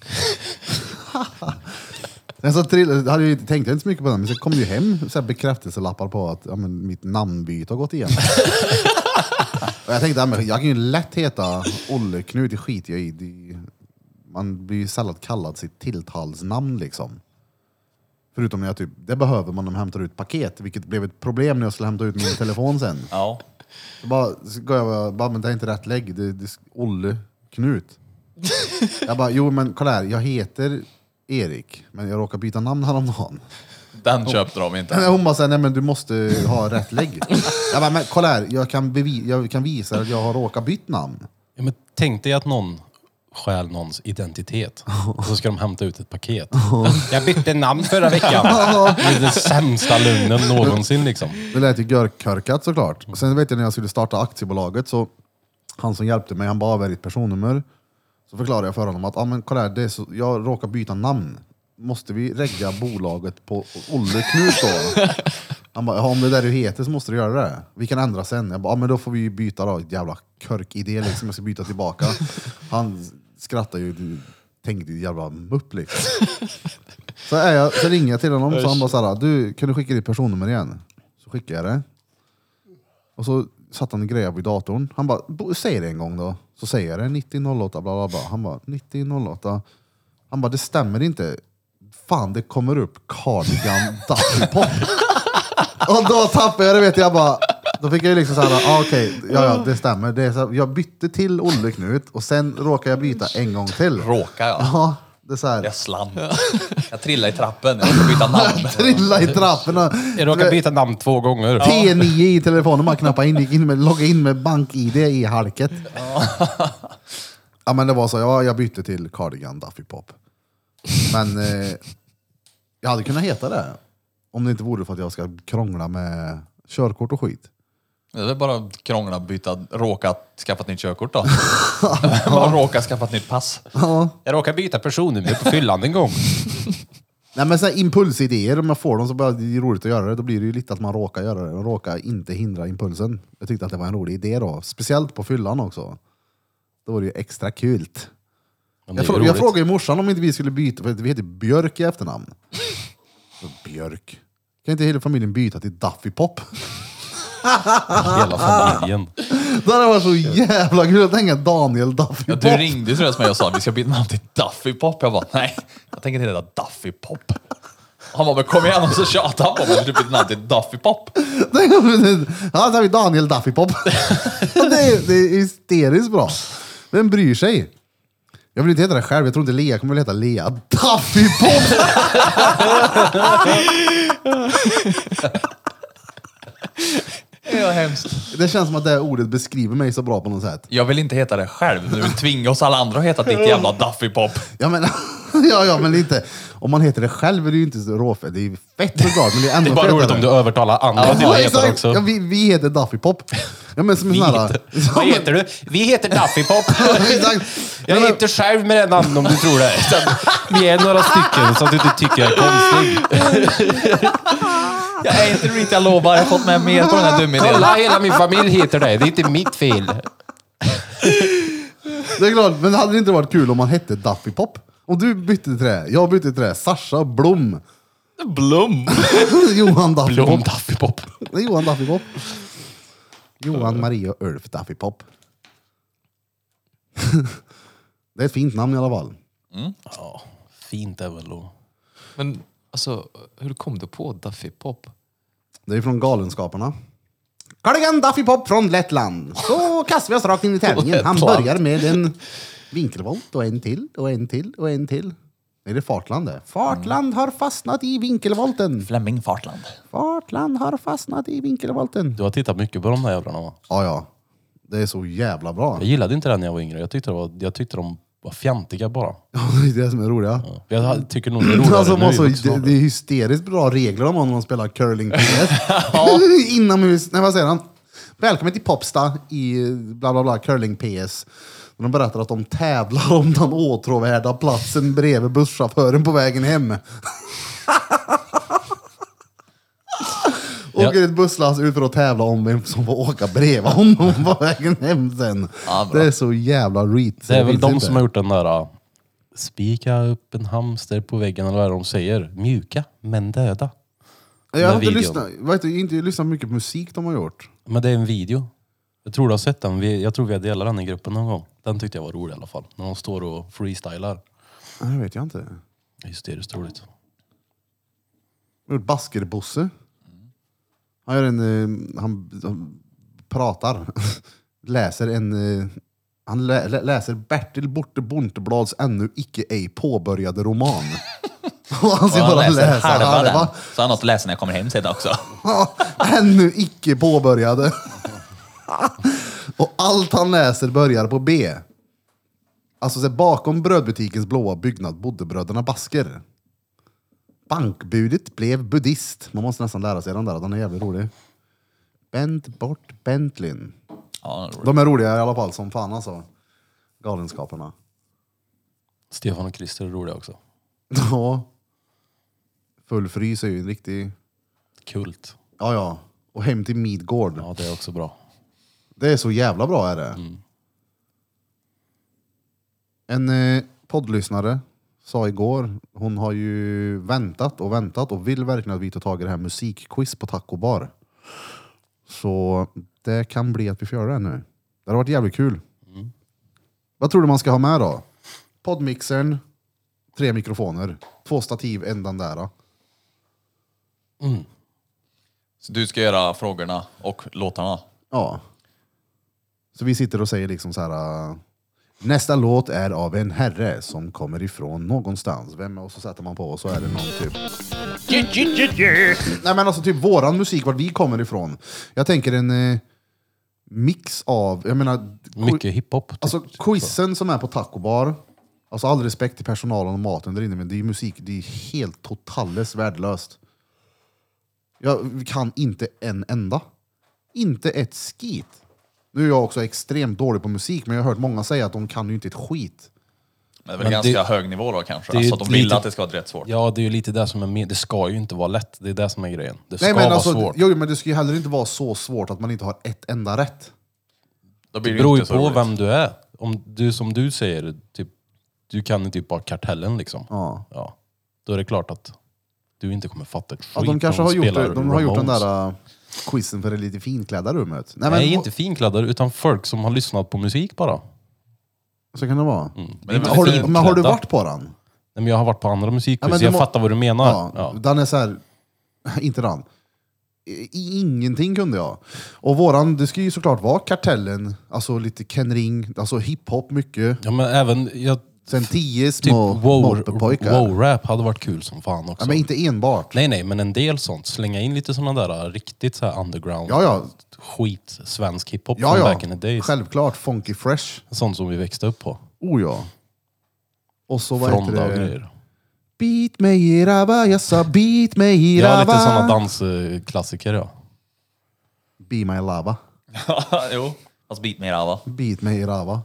Sen så trill, hade jag inte tänkt inte så mycket på det. Men så kom det ju hem så här bekräftelselappar på att ja, men mitt namnbyte har gått igenom. Och jag tänkte, ja, men jag kan ju lätt heta Olle Knut, det skiter jag i. Det, man blir ju sällan kallad sitt tilltalsnamn liksom. Förutom när jag typ, det behöver man när man hämtar ut paket. Vilket blev ett problem när jag skulle hämta ut min telefon sen. Ja. Så bara, så går jag bara, men det är inte rätt lägg. Det, det är Olle Knut. Jag bara, jo men kolla här, jag heter Erik. Men jag råkar byta namn häromdagen. Den köpte de inte. Hon bara säger, nej men du måste ha rätt lägg. Jag bara, men kolla här, jag kan, bevi- jag kan visa att jag har råkat byta namn. Ja, men tänk dig att någon stjäl någons identitet. Och så ska de hämta ut ett paket. Jag bytte namn förra veckan. Det är den sämsta lögnen någonsin liksom. Det lät ju görkörkat såklart. Och sen vet jag när jag skulle starta aktiebolaget så han som hjälpte mig, han bara var ett personnummer. Så förklarade jag för honom att ah, men kolla här, det är så, jag råkar byta namn. Måste vi regga bolaget på Olle Knut då? Han bara, ja, om det är där du heter så måste du göra det. Vi kan ändra sen. Jag bara, ja, men då får vi byta då. Jävla körkidé liksom, jag ska byta tillbaka. Han skrattar ju, du tänkte ju jävla mupp liksom. Så, är jag, så ringer jag till honom så han bara såhär, du kan du skicka ditt personnummer igen? Så skickar jag det. Och så satt han och grejade vid datorn. Han bara, säg det en gång då. Så säger jag det, nittio noll åtta bla bla bla. Han bara, nittio noll åtta. Han bara, det stämmer inte. Fan, det kommer upp Cardigan Duffy Pop. Och då tappade jag det, vet jag bara. Då fick jag ju liksom såhär, ah, okej, okay, ja, ja det stämmer. Det är så, jag bytte till Olle Knut och sen råkade jag byta en gång till. Råkar jag? Ja, det är så här. Jag slant. Jag trillade i trappen. Jag måste byta namn. Trilla i trappen. Och, Jag råkar byta namn två gånger. T nio i telefonen, man knappade in, gick in med, logga in med bank-I D i halket. Ja, men det var så, ja, jag bytte till Cardigan Duffy Pop. Men eh, jag hade kunnat heta det. Om det inte vore för att jag ska krångla med körkort och skit. Det är väl bara krångla, byta, råka skaffa ett nytt körkort då. Bara råka skaffa ett nytt pass. Ja. Jag råkar byta personnummer på fyllan en gång. Nej, men så här impulsidéer, om jag får dem så blir det roligt att göra det. Då blir det ju lite att man råkar göra det. Man råkar inte hindra impulsen. Jag tyckte att det var en rolig idé då. Speciellt på fyllan också. Då var det ju extra kul. Jag, frå- jag frågade ju morsan om inte vi skulle byta, för vi heter Björk i efternamn. Björk. Kan inte hela familjen byta till Duffy Pop? Hela familjen. Det hade varit så jävla kul att tänka Daniel Duffy Ja, Pop. du ringde tror jag mig och sa vi ska byta namn till Duffy Pop. Jag bara, nej, jag tänker inte heta Duffy Pop. Han bara, men kom igen, och så tjatade han på mig att du bytte namn till Duffy Pop. Ja, så har vi Daniel Duffy Pop. det, är, det är hysteriskt bra. Vem bryr sig? Jag vill inte heta det själv. Jag tror inte Lea kommer att heta Lea Duffy Pop. Det är hemskt. Det känns som att det här ordet beskriver mig så bra på något sätt. Jag vill inte heta det själv. Du vill tvinga oss alla andra att heta ditt jävla Duffy Pop. Ja, men, ja, ja, men inte. Om man heter det själv är det ju inte så råfett. Det är ju fett såklart, men det är ändå Det är bara fetare. roligt om du övertalar andra Ja, till att heta exakt. det också. Ja, vi, vi heter Duffy Pop. Ja, men som en Vi sån här... heter, vad heter du? Vi heter Duffy Pop. Exakt. Jag heter själv med det namn om du tror det. Så vi är några stycken så att du inte tycker jag är konstig. Jag är inte Rita, jag lovar. Jag har fått med mer på den här dumidén. Kolla, hela min familj heter det. Det är inte mitt fel. Det är klart, men hade det inte varit kul om man hette Duffy Pop? Om du bytte till det, jag bytte till det, Sasha Blom. Blom. Johan Duffy Blom Pop. Duffy Pop. Det är Johan Duffy Pop. Johan, Maria och Ulf Duffy Pop. Det är ett fint namn i alla fall. Ja, fint är väl då. Men alltså, hur kom du på Duffy Pop? Det är från Galenskaparna. Cardigan Duffy Pop från Lettland. Så kastar vi oss rakt in i tävlingen. Han Lettland. börjar med en vinkelvolt och en till och en till och en till. Är det Fartland det? Fartland har fastnat i vinkelvolten. Flemming Fartland. Fartland har fastnat i vinkelvolten. Du har tittat mycket på de där jävlarna va? Ja, ja. Det är så jävla bra. Jag gillade inte den när jag var yngre. Jag tyckte, det var, jag tyckte de var fjantiga bara. Ja, det är det som är roliga. Ja. Jag tycker nog det är roligare Alltså, nu. alltså, i det, vuxen det är hysteriskt bra regler om man spelar curling P S. Inomhus, nej vad säger han? Välkommen till Popsta i bla bla bla curling P S. De berättar att de tävlar om den åtråvärda platsen bredvid busschauffören på vägen hem. Ja. Åker ett busslass ut för att tävla om vem som får åka bredvid honom på vägen hem sen. Ja, bra. Det är så jävla reet. Det är väl finns de inte. som har gjort den där uh, spika upp en hamster på väggen eller vad är det de säger. Mjuka men döda. Jag den har inte videon. lyssnat, vet du, inte lyssnat mycket på musik de har gjort. Men det är en video. Jag tror du har sett den. Vi, jag tror vi har delat den i gruppen någon gång. Den tyckte jag var rolig i alla fall. När de står och freestylar. Nej, det vet jag inte. Det är hysteriskt roligt. Jag har gjort Baskerbosse. Han gör en... eh, Han, han pratar. Läser en... eh, Han lä, lä, läser Bertil Borte Bonteblads ännu icke ej påbörjade roman. Och han ska Och han bara läser läsa halva den. halva. Så han har något att läsa när jag kommer hem sen också. Ja, ännu icke påbörjade. Och allt han läser börjar på B. Alltså så bakom brödbutikens blåa byggnad bodde bröderna Basker. Bankbudet blev buddhist. Man måste nästan lära sig den där, den är jävligt rolig. Bent bort Bentlin. Ja, det är roligt. De är roliga i alla fall som fan alltså. Galenskaperna. Stefan och Christer är roliga också. Ja. Full frys är ju en riktig... Kult. Ja, ja. Och Hem till Midgård. Ja, det är också bra. Det är så jävla bra är det. Mm. En eh, poddlyssnare sa igår, hon har ju väntat och väntat och vill verkligen att vi tar tag i det här musikquiz på Taco Bar. Så det kan bli att vi får göra det nu. Det har varit jävligt kul. Mm. Vad tror du man ska ha med då? Poddmixern, tre mikrofoner, två stativ, ändan där. Då. Mm. Så du ska göra frågorna och låtarna? Ja. Så vi sitter och säger liksom så här. Uh, nästa låt är av en herre som kommer ifrån någonstans. Vem och så sätter man på och så är det någon typ. Nej men alltså typ våran musik, vart vi kommer ifrån. Jag tänker en uh, mix av, jag menar. Mycket hiphop. typ. Alltså quizen som är på Taco Bar. Alltså all respekt till personalen och maten där inne, men det är ju musik, det är helt totales värdelöst. Jag kan inte en enda. Inte ett skit. Nu är jag också extremt dålig på musik, men jag har hört många säga att de kan ju inte ett skit. Men det är väl Men ganska det- hög nivå då kanske? det är Alltså ju att de vill lite- att det ska vara rätt svårt. Ja, det är ju lite det som är med. Det ska ju inte vara lätt. Det är det som är grejen. Det ska Nej, men vara alltså, svårt. jo, men det ska ju heller inte vara så svårt att man inte har ett enda rätt. Då Det blir det, beror ju inte så på roligt. vem du är. Om du, som du säger, typ, du kan ju typ bara Kartellen liksom. Ja. Ja. Då är det klart att du inte kommer fatta ett skit. Ja, de kanske när har gjort, spelar det, de har gjort den Ramones. där uh, quizen för det lite finklädda rummet. Nej, men, inte finkladdare, utan folk som har lyssnat på musik bara. Så kan det vara. Mm. Men det är Har väl du, men har du finklädda. varit på den? Nej, men jag har varit på andra musikquiz, Ja, men det jag må- fattar vad du menar. Ja, Ja. den är så här, inte den. I- Ingenting kunde jag. Och våran, det ska ju såklart vara Kartellen, alltså lite Ken Ring, alltså hiphop mycket. Ja, men även jag, Sen tio typ små wow, moppepojkar. wow-rap hade varit kul som fan också. Ja, men inte enbart. Nej, nej, men en del sånt. Slänga in lite såna där riktigt så här underground Ja, ja. skit, svensk hiphop Ja, från ja. back in the days. Självklart, Funky Fresh. Sånt som vi växte upp på. Oh ja. Och så vad heter Fronda och det? grejer. Beat mig i rava, jag sa beat mig i Ja, rava. lite såna dansklassiker ja. Be my lava. Jo, fast beat mer av va? Beat mig i rava.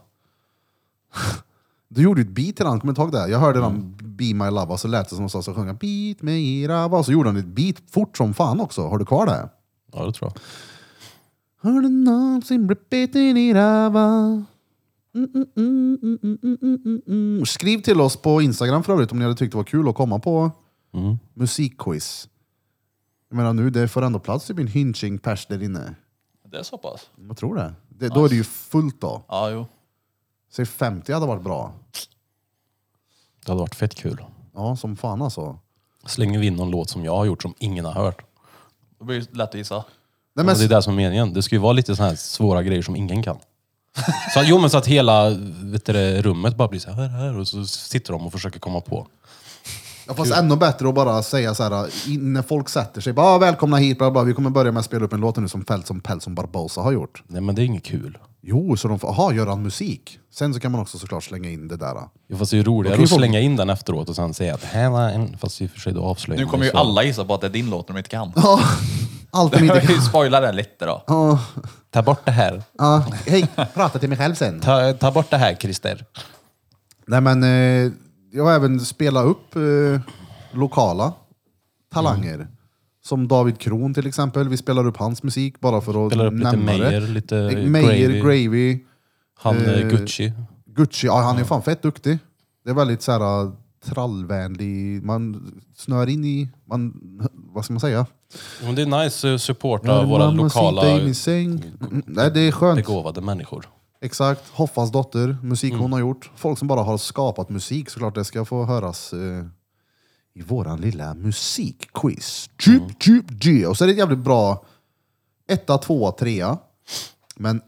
Du gjorde ju ett beat till den, kommer du ihåg det? Jag hörde den Be my lava, så lät det som att de sa sjunga Beat mig i rava. Så gjorde han ett beat fort som fan också. Har du kvar det? Ja, det tror jag. Har du någonsin blivit biten i rava? Mm, mm, mm, mm, mm, mm, mm, mm. Skriv till oss på Instagram för övrigt om ni hade tyckt det var kul att komma på Mm. musikquiz. Jag menar nu, det får ändå plats i min hynching pers där inne. Det är så pass? Jag tror det. det då är det ju fullt då. Ja, jo. Säg femtio hade varit bra. Det hade varit fett kul. Ja, som fan alltså. Slänger vi in någon låt som jag har gjort som ingen har hört. Det blir lätt att gissa. Nej, Men men, det är det som är meningen. Det ska ju vara lite såna här svåra grejer som ingen kan. Så, jo, men så att hela vet du, det, rummet bara blir så här, här och så sitter de och försöker komma på. ja, fast ännu bättre att bara säga så här, in, när folk sätter sig, bara ah, välkomna hit, bla, bla, vi kommer börja med att spela upp en låt nu som Fält som Päls som Barbosa har gjort. Nej, men det är inget kul. Jo, så de får, aha, gör han musik? Sen så kan man också såklart slänga in det där. Ja, fast det är ju roligare Okej, att folk- slänga in den efteråt och sen säga att det här var en... Fast i och för sig då avslöjar Nu man kommer ju så. alla gissa på att det är din låt när de inte kan. Ja, allt de inte Jag kan. spoilar det lite då. Ja, Ta bort det här. ja. Hej, prata till mig själv sen. Ta, ta bort det här, Christer. Nej men, eh, jag har även spelat upp eh, lokala talanger. Mm. Som David Kron till exempel. Vi spelar upp hans musik bara för att Spelar upp lite nämna Meyer, det. lite Meyer, Gravy. Gravy. Han eh, eh, Gucci. Gucci, ja han är fan fett duktig. Det är väldigt så här trallvänlig, man snör in i, man, vad ska man säga? Men det är nice att supporta Ja, våra mamma lokala sitter i min säng. Mm, Nej, det är skönt. begåvade människor. Exakt. Hoffas dotter, musik Mm. hon har gjort. Folk som bara har skapat musik, såklart det ska få höras eh, i våran lilla musikquiz. Typ, Mm. typ det. Och så är det ett jävligt bra etta, tvåa, trea. Men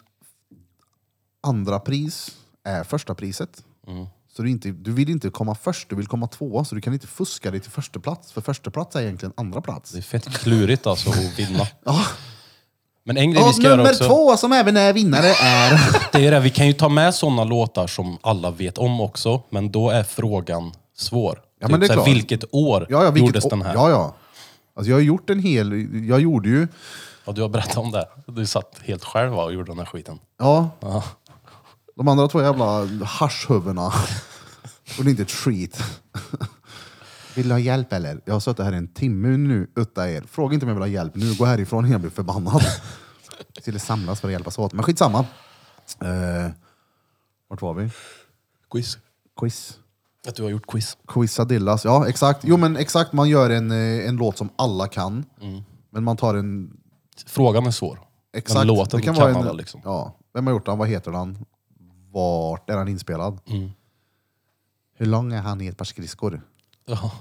andra pris är första priset. Mm. Så du, inte, du vill inte komma först, du vill komma tvåa. Så du kan inte fuska dig till första plats. För första plats är egentligen andra plats. Det är fett klurigt alltså att vinna. Ja. Men en grej vi Och ska göra nummer också, två som även är vinnare är... det är det, vi kan ju ta med sådana låtar som alla vet om också, men då är frågan svår. Ja, men det är så här, klart. vilket år Ja, ja, vilket, gjordes den här? Ja, ja. Alltså jag har gjort en hel... Jag gjorde ju... Ja, du har berättat om det. Du satt helt själv och gjorde den här skiten. Ja. Ja. De andra två jävla haschhuvudena. Och det är inte ett skit. Vill du ha hjälp eller? Jag har suttit här en timme nu utta er. Fråga inte om jag vill ha hjälp nu. Gå härifrån innan jag blir förbannad. Vi skulle samlas för att hjälpas åt. Men skitsamma. Eh, vart var vi? Quiz. Quiz. Att du har gjort quiz. Quizadillas. Ja, exakt. Jo, men exakt. Man gör en, eh, en låt som alla kan. Men man tar en... Frågan är svår. Exakt. Men låten Det kan, vara en, alla liksom. Ja. Vem har gjort den? Vad heter den? Vart är den inspelad? Mm. Hur lång är han i ett par skridskor? Ja.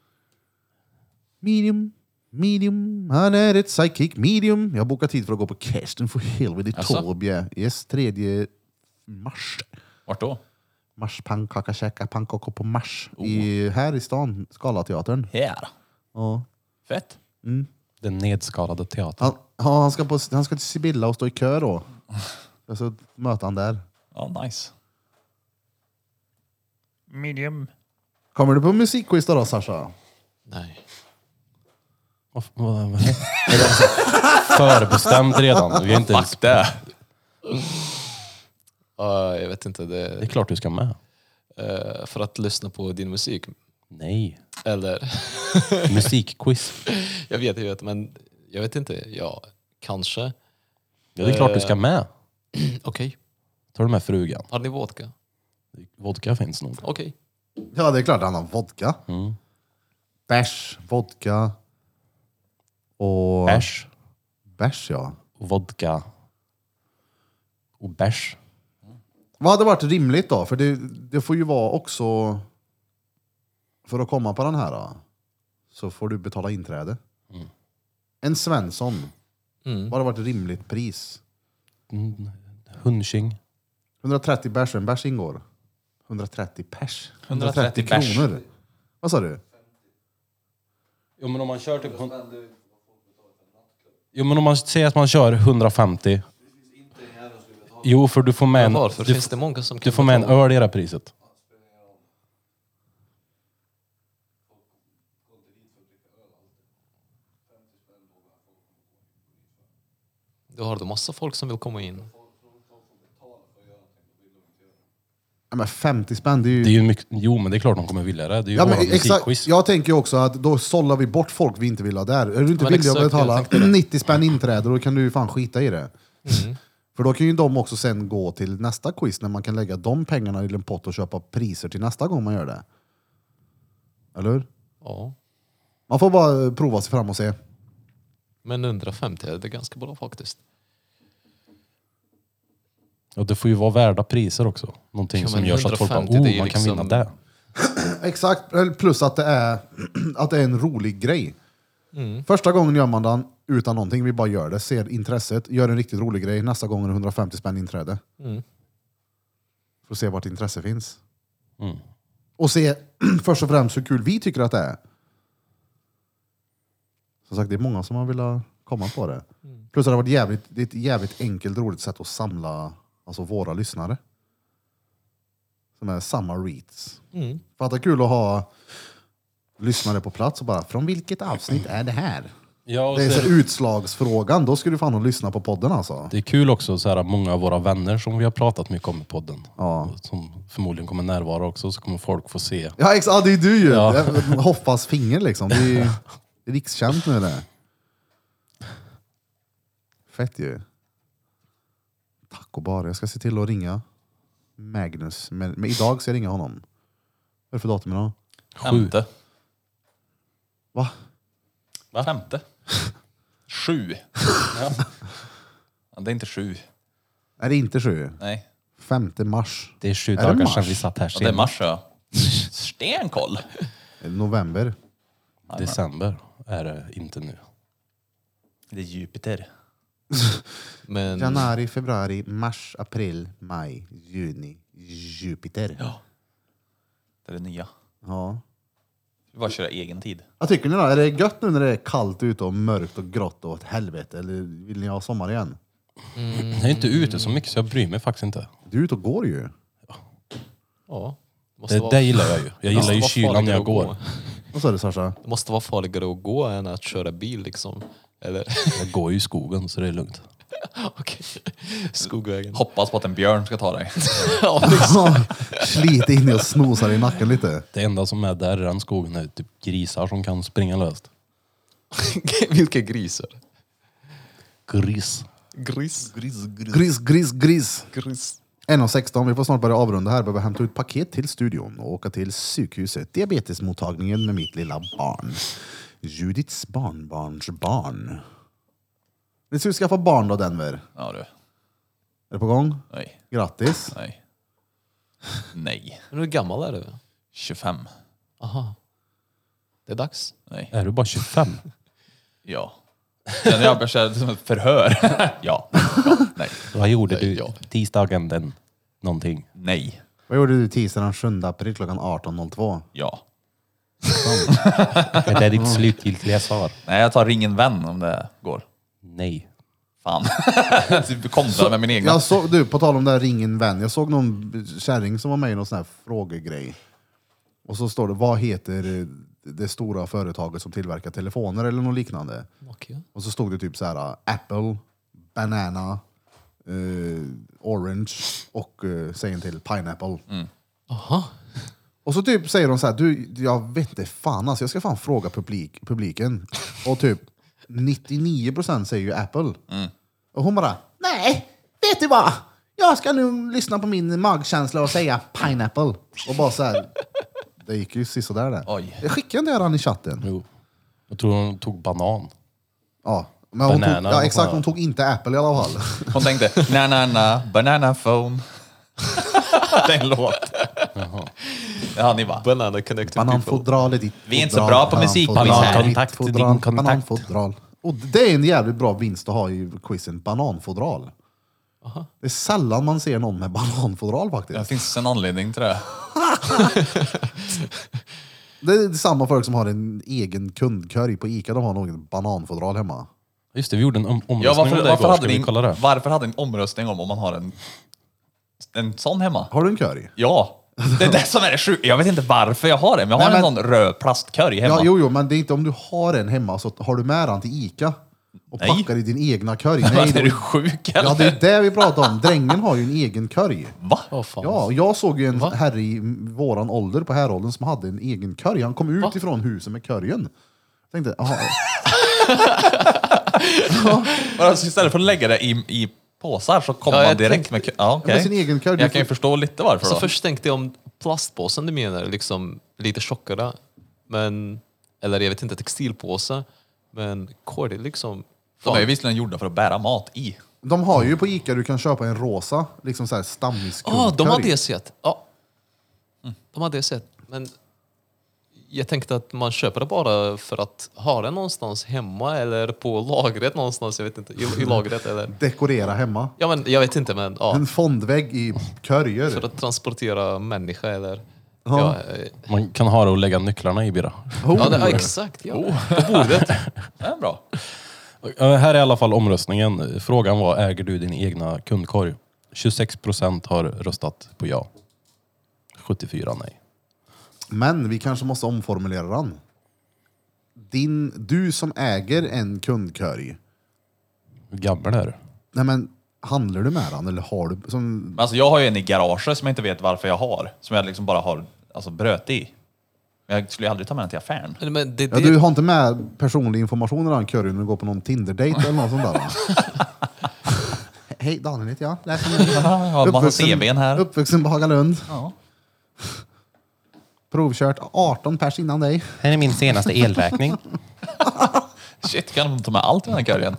Medium, medium, han är ett psychic medium. Jag har bokat tid för att gå på Kerstin för helvete i Asså? Tåbje. Yes, tredje mars. Vart då? Mars, pannkaka, käka pannkakor på Mars. I, här i stan, Scalateatern. Här. Ja. Fett. Den nedskalade teatern. Han, ja, han, ska på, han ska till Sibylla och stå i kö då. Jag ska möta han där. Ja, nice. Medium. Kommer du på musikquiz då, då Sasha? Nej. Vad- vad- vad- Är det förbestämt redan? Vi är inte ens, Fuck det. Ja, jag vet inte. det är Det, klart du ska med. eh, för att lyssna på din musik. Nej. Eller, Musikquiz. jag vet, jag vet, men jag vet inte. Ja, kanske. Ja, det är klart du ska med. Okej. Tar du med frugan? Har ni vodka? Vodka finns nog. Okej. Ja, det är klart han har vodka. Mm. Bärs, vodka och... Bärs. Bärs, ja. Och vodka. Och bärs. Vad hade varit rimligt då? För det, det får ju vara också... För att komma på den här då, så får du betala inträde. Mm. En Svensson, Mm. vad hade varit rimligt pris? Mm. Hunching. hundratrettio bärs, en bärs ingår. hundratrettio pers. hundratrettio bärs. kronor. Vad sa du? Jo men om man kör typ... Jo men om man säger att man kör hundrafemtio. Jo för du får med en, Men varför du, finns det många som du kan får med en betala? öl i det här priset. Då har du massa folk som vill komma in. Ja, men femtio spänn, det är ju... Det är ju mycket, jo men det är klart de kommer vilja det. Det är ju Ja, våran men exakt. musikquiz. Jag tänker ju också att då sållar vi bort folk vi inte vill ha där. Är du inte Men villig att exakt, jag betala tänkte det. nittio spänn inträde, då kan du ju fan skita i det. Mm. För då kan ju de också sen gå till nästa quiz när man kan lägga de pengarna i en pott och köpa priser till nästa gång man gör det. Eller hur? Ja. Man får bara prova sig fram och se. Men hundrafemtio är det ganska bra faktiskt. Och det får ju vara värda priser också. Någonting Ja, men som gör så att folk bara, hundrafemtio, det är oh, ju man kan liksom- vinna det. Exakt, plus att det är, att det är en rolig grej. Mm. Första gången gör man den utan någonting, vi bara gör det, ser intresset, gör en riktigt rolig grej. Nästa gång är det hundrafemtio spänn inträde. Mm. För att se vart intresse finns. Mm. Och se först och främst hur kul vi tycker att det är. Som sagt, det är många som har velat komma på det. Plus att det har varit jävligt, det är ett jävligt enkelt, roligt sätt att samla, Alltså våra lyssnare. Som är samma reads. Mm. För att det är kul att ha lyssnare på plats och bara, från vilket avsnitt är det här? Ja, och Det är så så utslagsfrågan, då ska du fan lyssna på podden alltså. det är kul också så här, många av våra vänner som vi har pratat mycket om i podden. Ja. Som förmodligen kommer närvara också, så kommer folk få se. Ja, ex- ja det är du ju. Ja. Hoffas finger liksom. Det är ju rikskänt nu det. Fett ju. Taco bar. Jag ska se till att ringa Magnus. Men, men idag ska jag ringa honom. Vad är det för datum idag? Femte. Va? Va? Femte. Sju. Ja. Ja, det är inte sju. Är det inte sju? Nej. Femte mars. Det är sju Är det dagar mars? sedan vi satt här Ja, det är senast. mars ja. Stenkoll. November. December är det inte nu. Det är Jupiter. Men Januari, februari, mars, april, maj, juni, Jupiter. Ja. Det är det nya. Ja. Vi bara köra egen tid. Vad tycker ni då? Är det gött nu när det är kallt ute och mörkt och grått och ett helvete? Eller vill ni ha sommar igen? Jag är inte ute så mycket så jag bryr mig faktiskt inte. Du är ute och går ju. ja, det måste Det, vara, det gillar jag ju. Jag gillar ju måste vara kylan när jag farligare går. att Vad sa du Sasha? Det måste vara farligare att gå än att köra bil liksom. Eller, Jag går ju i skogen så det är lugnt. okej. Skogvägen. Hoppas på att en björn ska ta dig. Ja, liksom. Slit in och snosar i nacken lite. Det enda som är där i den skogen är typ grisar som kan springa löst. Vilka grisar? Gris. Gris. Gris, gris. Gris, gris, gris. Gris. en och sexton, vi får snart börja avrunda här. Behöver hämta ut paket till studion och åka till sjukhuset. Diabetesmottagningen med mitt lilla barn. Judiths barnbarns barn. Ni ska skaffa barn då, Denver? Ja du. Är det på gång? Nej. Grattis. Nej. Nej. Men hur gammal är du? tjugofem. Aha. Det är dags. Nej. Är du bara tjugofem? Ja. Sen jag började som ett förhör. Ja. Ja. Nej. Vad gjorde du Ja. tisdagen den någonting? Nej. Vad gjorde du tisdagen den sjunde april klockan arton noll två? Ja. Är det ditt slutgiltiga svar? Nej, jag tar ringen vän om det går. Nej. Fan. Typ kontra med min egna. Jag såg, du, på tal om det här ringen vän. Jag såg någon kärring som var med i någon sån här frågegrej. Och så står det, vad heter det stora företaget som tillverkar telefoner eller något liknande? Okej. Och så stod det typ så här: Apple, Banana, eh, Orange och eh, säg en till, Pineapple. Aha. Och så typ säger de så här: du, jag vet inte fan alltså, jag ska fan fråga publik, publiken. Och typ nittionio procent säger ju Apple. Och hon bara, nej, vet du vad? Jag ska nu lyssna på min magkänsla och säga Pineapple. Och bara så här, det gick ju sisådär där. Oj. Jag skickade inte han i chatten. Jo. Jag tror hon tog banan. Ja, men hon tog, Banana, ja, exakt, vad- hon tog inte Apple i alla fall. Hon tänkte, na na na, banana phone. Det är en låt. Ja, ni bara. Banana connect to people. Bananfodral är ditt Vi är inte så fodral, bra på musikquiz bananfodral, här. mitt Kontakt till fodral, din kontakt. Bananfodral. Och det är en jävligt bra vinst att ha i quizen, bananfodral. Aha. Det är sällan man ser någon med bananfodral faktiskt. Det finns en anledning till det. Det är samma folk som har en egen kundkorg på Ica, de har någon bananfodral hemma. Just det, vi gjorde en om- omröstning Ja, varför, om det varför, igår. Ska hade vi ni, kolla det? varför hade ni en omröstning om om man har en, en sån hemma? Har du en korg? Ja. Det är det som är det sjuka. Jag vet inte varför jag har det, men jag har Nej, en men- sån röd plastkorg hemma. Ja, jo, jo, men det är inte om du har en hemma så har du med den till Ica och Nej. packar i din egna korg. Nej, Nej, är du det, sjuk eller? ja, det är det vi pratar om. Drängen har ju en egen korg. Va? Åh, fan. Ja, och jag såg ju en Va? herre i våran ålder på häråldern som hade en egen korg. Han kom ut Va? ifrån huset med korgen. Jag tänkte, jaha. Alltså, istället för att lägga det i, i påsar så kommer Ja, man jag direkt tänk- med... Ja, okej. Med sin egen korg. Jag kan ju förstå lite varför Så då. först tänkte jag om plastpåsen du menar, liksom lite tjockare. Men, eller jag vet inte, textilpåse. Men korg liksom... De är ju visserligen gjorda för att bära mat i. De har ju på Ica, du kan köpa en rosa, liksom såhär stammiskundkorg. Ja, de hade jag sett. Ja. De hade jag sett. Men jag tänkte att man köper det bara för att ha det någonstans hemma eller på lagret någonstans. Jag vet inte. I, i lagret eller... Dekorera hemma. Ja, men jag vet inte, men ja. En fondvägg i korger. För att transportera människa eller... Ja. Ja, eh, Man kan ha det och lägga nycklarna i bira. Oh. ja, det, ja exakt. Ja. På bordet. Det är bra. Uh, här är i alla fall omröstningen. Frågan var, äger du din egna kundkorg? tjugosex procent har röstat på ja. sjuttiofyra nej. Men vi kanske måste omformulera den. Din, du som äger en kundkorg. Hur gammal är du? Nej men, handlar du med den eller har du... Som, Alltså jag har ju en i garaget som jag inte vet varför jag har. Som jag liksom bara har alltså, bröt i. Men jag skulle ju aldrig ta med den till affären. Men det, ja, det, du har inte med personlig information i den korgen när du går på någon Tinder-date eller något sånt där? Hej, Daniel heter jag. Läser Jag har en massa C V:n här. Uppvuxen på Hagalund. Ja. Provkört arton pers innan dig. Här är min senaste elräkning. Shit, kan de ta med allt i den här korgen?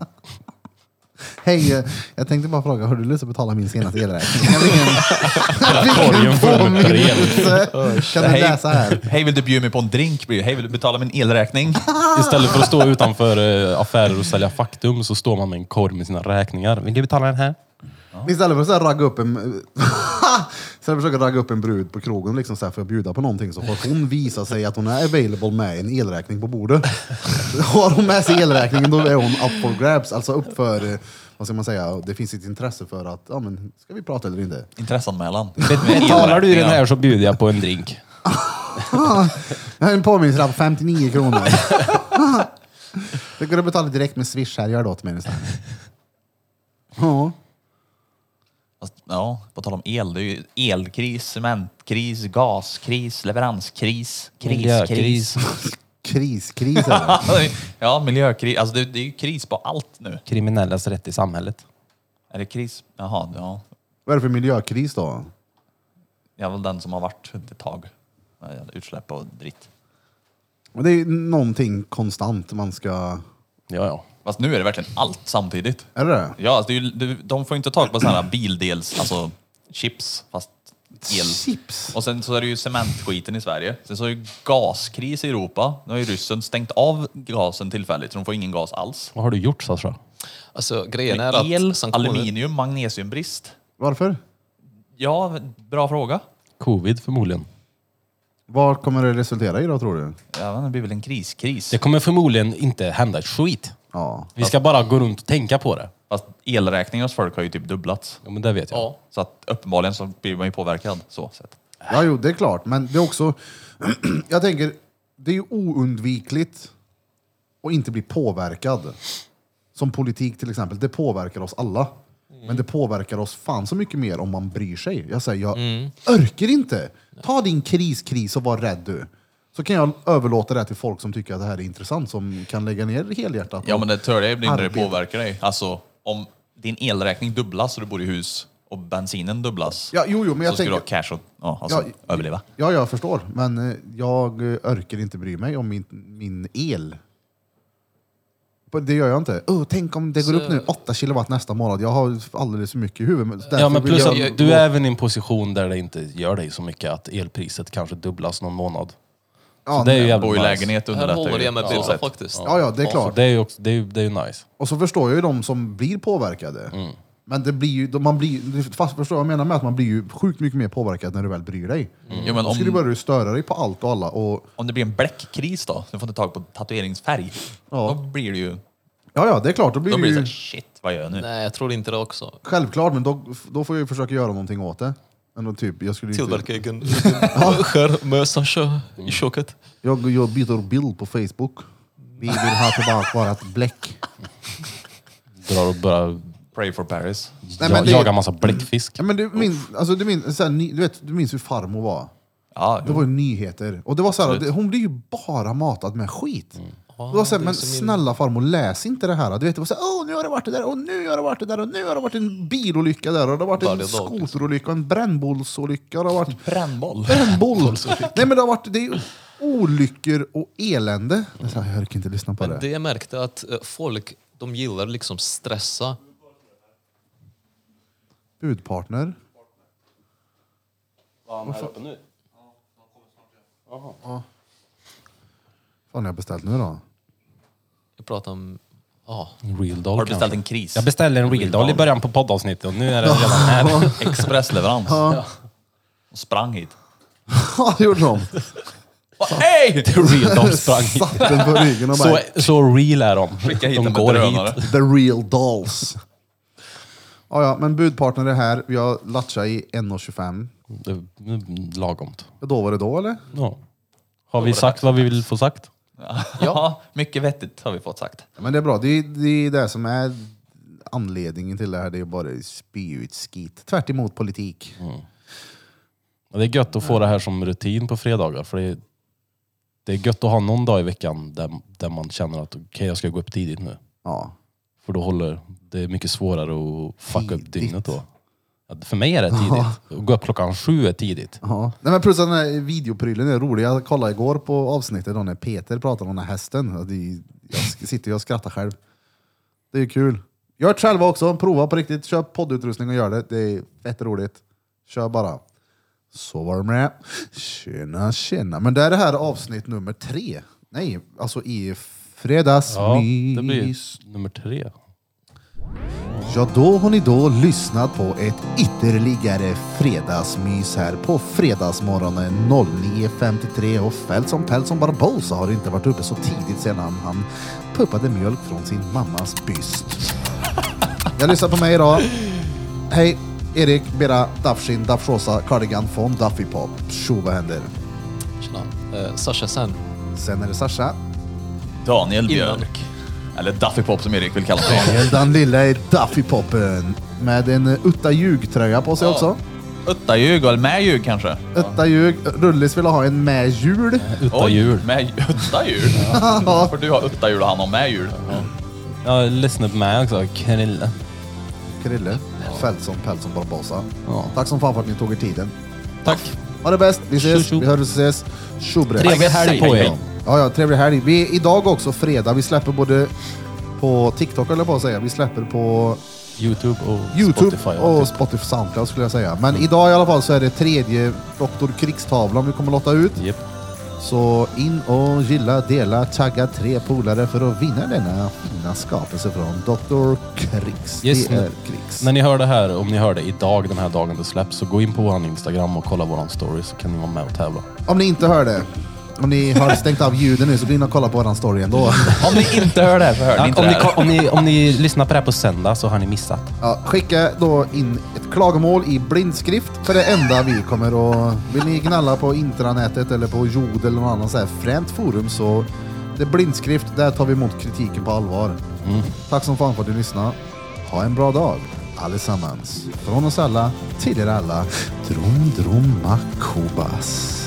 Hej, eh, jag tänkte bara fråga, har du lust att betala min senaste elräkning? Jag fick en, Korgen jag fick full en med brev. påminnelse. Kan du Hej. läsa här? Hej, vill du bjuda mig på en drink? Hej, vill du betala min elräkning? Istället för att stå utanför eh, affärer och sälja faktum så står man med en korg med sina räkningar. Vill du betala den här? Istället för att så här ragga upp en... Istället för att försöka ragga upp en brud på krogen liksom så här för att bjuda på någonting så får hon visa sig att hon är available med en elräkning på bordet. Har hon med sig elräkningen då är hon up for grabs. Alltså upp för, eh, vad ska man säga, det finns ett intresse för att, ja men, ska vi prata eller inte? Intresseanmälan. Betalar du den här så bjuder jag på en drink. Jag har en påminnelse på femtionio kronor. Det går att betala direkt med Swish här, gör det åt mig nästan. Ja. Fast, ja, på tal om el. Det är ju elkris, cementkris, gaskris, leveranskris, kriskris. Miljökris. Kriskris är det. Ja, miljökris. Alltså det, det är ju kris på allt nu. Kriminellas rätt i samhället. Är det kris? Jaha, ja. Vad är det för miljökris då? Jag är väl den som har varit ett tag. Utsläpp och dritt. Och det är någonting konstant man ska... Ja, ja. Fast nu är det verkligen allt samtidigt. Är det det? Ja, alltså det är ju, det, de får inte tag på sådana här bildels, alltså chips, fast el. Chips? Och sen så är det ju cementskiten i Sverige. Sen så är det gaskris i Europa. Nu har ju ryssen stängt av gasen tillfälligt, så de får ingen gas alls. Vad har du gjort, Sasha? alltså, grejen är att El, sanktioner... aluminium, magnesiumbrist. Varför? Ja, bra fråga. Covid förmodligen. Vad kommer det resultera i då, tror du? Ja, men det blir väl en kriskris. Det kommer förmodligen inte hända ett skit. Ja. Vi ska bara gå runt och tänka på det. Fast elräkningen hos folk har ju typ dubblats. Ja, men det vet jag. Ja. Så att uppenbarligen så blir man ju påverkad. Så sett. Ja, jo, det är klart. Men det är också... jag tänker, det är ju oundvikligt att inte bli påverkad. Som politik till exempel. Det påverkar oss alla. Mm. Men det påverkar oss fan så mycket mer om man bryr sig. Jag säger, jag mm. orkar inte. Ta din kriskris och var rädd du. Så kan jag överlåta det till folk som tycker att det här är intressant. Som kan lägga ner helhjärtat. Ja, men det tror jag blir när det arbeta. påverkar dig. Alltså, om din elräkning dubblas och du bor i hus och bensinen dubblas. Ja, jo, jo, men jag så ska tänker... du ha cash och ja, alltså, Ja, överleva. Ja, jag förstår. Men eh, jag eh, orkar inte bry mig om min, min el. Det gör jag inte. Oh, tänk om det går Så- upp nu åtta kilowatt nästa månad. Jag har alldeles för mycket i huvudet. Därför Ja, men vill plus jag... att du är även i en position där det inte gör dig så mycket att elpriset kanske dubblas någon månad. Ja, Så det är ju nej. jävligt Bo i nice. lägenhet Här underlättar håller ju. jag med så Billa sätt. faktiskt. Ja, ja, det är Så klart. det är ju också, det är, ju- det är ju nice. Och så förstår jag ju de som blir påverkade. Mm. Men det blir ju, man blir, fast förstår jag menar med att man blir ju sjukt mycket mer påverkad när du väl bryr dig. Jo, men Då ska du om, börja störa dig på allt och alla. Och, om det blir en bläckkris då, du får inte tag på tatueringsfärg. Ja. Då blir det ju, ja, ja, det är klart. Då blir då det blir det ju så här, shit, vad gör jag nu? Nej, jag tror inte det också. självklart, men då, då får jag ju försöka göra någonting åt det. Men då typ, jag skulle ju inte... Tillverka egen egen skärm med Sasha i köket. Jag, jag byter bild på Facebook. Vi vill ha tillbaka vårat bläck. Drar och bara Pray for Paris. Nej, ja, men det- jagar massa bläckfisk. Ja, men du, min, alltså, du, min, så här, ni, du, vet, du minns hur farmor var? Ja, Det var ju nyheter. Och det var så här, Absolut. det, hon blir ju bara matad med skit. Ja, det var så här, det är men som min- snälla farmor, läs inte det här. Du vet, det var så här, åh, nu har det varit det där, och nu har det varit det där, och nu har det varit en bilolycka där, och det har varit en Varje dag, liksom. skoterolycka, och en brännbollsolycka, och det har varit brännboll. brännboll. Nej, men det har varit det är ju olyckor och elände. Jag, sa, jag orkar inte lyssna på Men det. det jag märkte att eh, folk, de gillar liksom stressa. Budpartner. Vad har jag beställt nu då? Jag pratar om... Ja, Real doll Har du beställt kanske. en kris? Jag beställde en real doll i början på poddavsnittet och nu är den redan här. Expressleverans. Ja, Och sprang hit. det gjorde de. Hej! Real doll sprang hit. Satt den på ryggen och bara, Så, så real är de. Skicka hit De den med går drönare. hit. the real dolls. Ja, ja, men budpartner är här. Vi har latchat i en tjugofem. Det är lagomt. Då var det då, eller? Ja. Har vi sagt vad vi vill få sagt? Ja, mycket vettigt har vi fått sagt. Men det är bra. Det är det, är det som är anledningen till det här. Det är bara spy ut skit. Tvärt emot politik. Mm. Och det är gött att få det här som rutin på fredagar. För det är, det är gött att ha någon dag i veckan där, där man känner att okej, okay, jag ska gå upp tidigt nu. Ja. För då håller det är mycket svårare att fucka Tidigt. upp dygnet då. Ja, för mig är det tidigt. Att gå upp klockan sju är tidigt. Ja. Nej, men plus den här videoprylen är rolig. Jag kollade igår på avsnittet då när Peter pratade om den här hästen. Det- Jag sitter och skrattar själv. Det är kul. Gör det själva också. Prova på riktigt. Köp poddutrustning och gör det. Det är fett roligt. Kör bara. Så var det med. Tjena, tjena. Men det är det här avsnitt nummer tre. Nej, alltså i fredagsmys. Ja, det blir nummer tre. Ja, då har ni då lyssnat på ett ytterligare fredagsmys här på fredagsmorgonen nio femtiotre och Feltson Peltson Barbosa har inte varit uppe så tidigt sedan han puppade mjölk från sin mammas byst. Jag lyssnar på mig idag. Hej, Erik, Bera, Dafshin, Dafshosa, Cardigan, Fon, Duffy Pop. Tjo, vad händer? Tjena. Eh, Sasha sen. Sen är det Sasha. Daniel Innan. Björk. Eller Duffy Pop som Erik vill kalla det. Den lilla är Duffy Poppen med en Utta Ljug-tröja på sig också. Utta ljug, eller med ljug kanske. Utta Ljug. Rullis vill ha en med jul. Utta jul. Med utta jul? För du har utta jul och han har med jul. Jag lyssnar på mig också. Krille. Krille. Feltson Peltson Barbosa. Ja. Tack som fan för att ni tog er tiden. Tack. Ha det bäst. Vi ses. Tjo, tjo. Vi hörs och ses. Tjobre. Trevlig helg på er. Ja, ja, trevlig helg. Vi är idag också fredag. Vi släpper både på TikTok eller på att säga. Vi släpper på YouTube och YouTube Spotify. och Spotify Soundcloud skulle jag säga. Men idag i alla fall så är det tredje Doktor Krigstavlan vi kommer låta ut. Yep. Så in och gilla, dela, tagga tre polare för att vinna denna fina skapelse från Doktor Krigs. Yes, det är men- Krigs. När ni hör det här, om ni hör det idag, den här dagen det släpps, så gå in på vår Instagram och kolla våran story så kan ni vara med och tävla. Om ni inte hör det, om ni har stängt av ljuden nu så gå in och kolla på våran story ändå. Om ni inte hör det här så hör ni inte om, det ni, här. om, ni, om ni lyssnar på det här på söndag så har ni missat. Ja, skicka då in ett klagomål i blindskrift för det enda vi kommer att... Vill ni gnalla på intranätet eller på jord eller någon annan så här fränt forum så det är blindskrift, där tar vi emot kritiken på allvar. Tack som fan för att du lyssnade. Ha en bra dag allesammans. Från oss alla, till er alla. Drom, drom, makobas.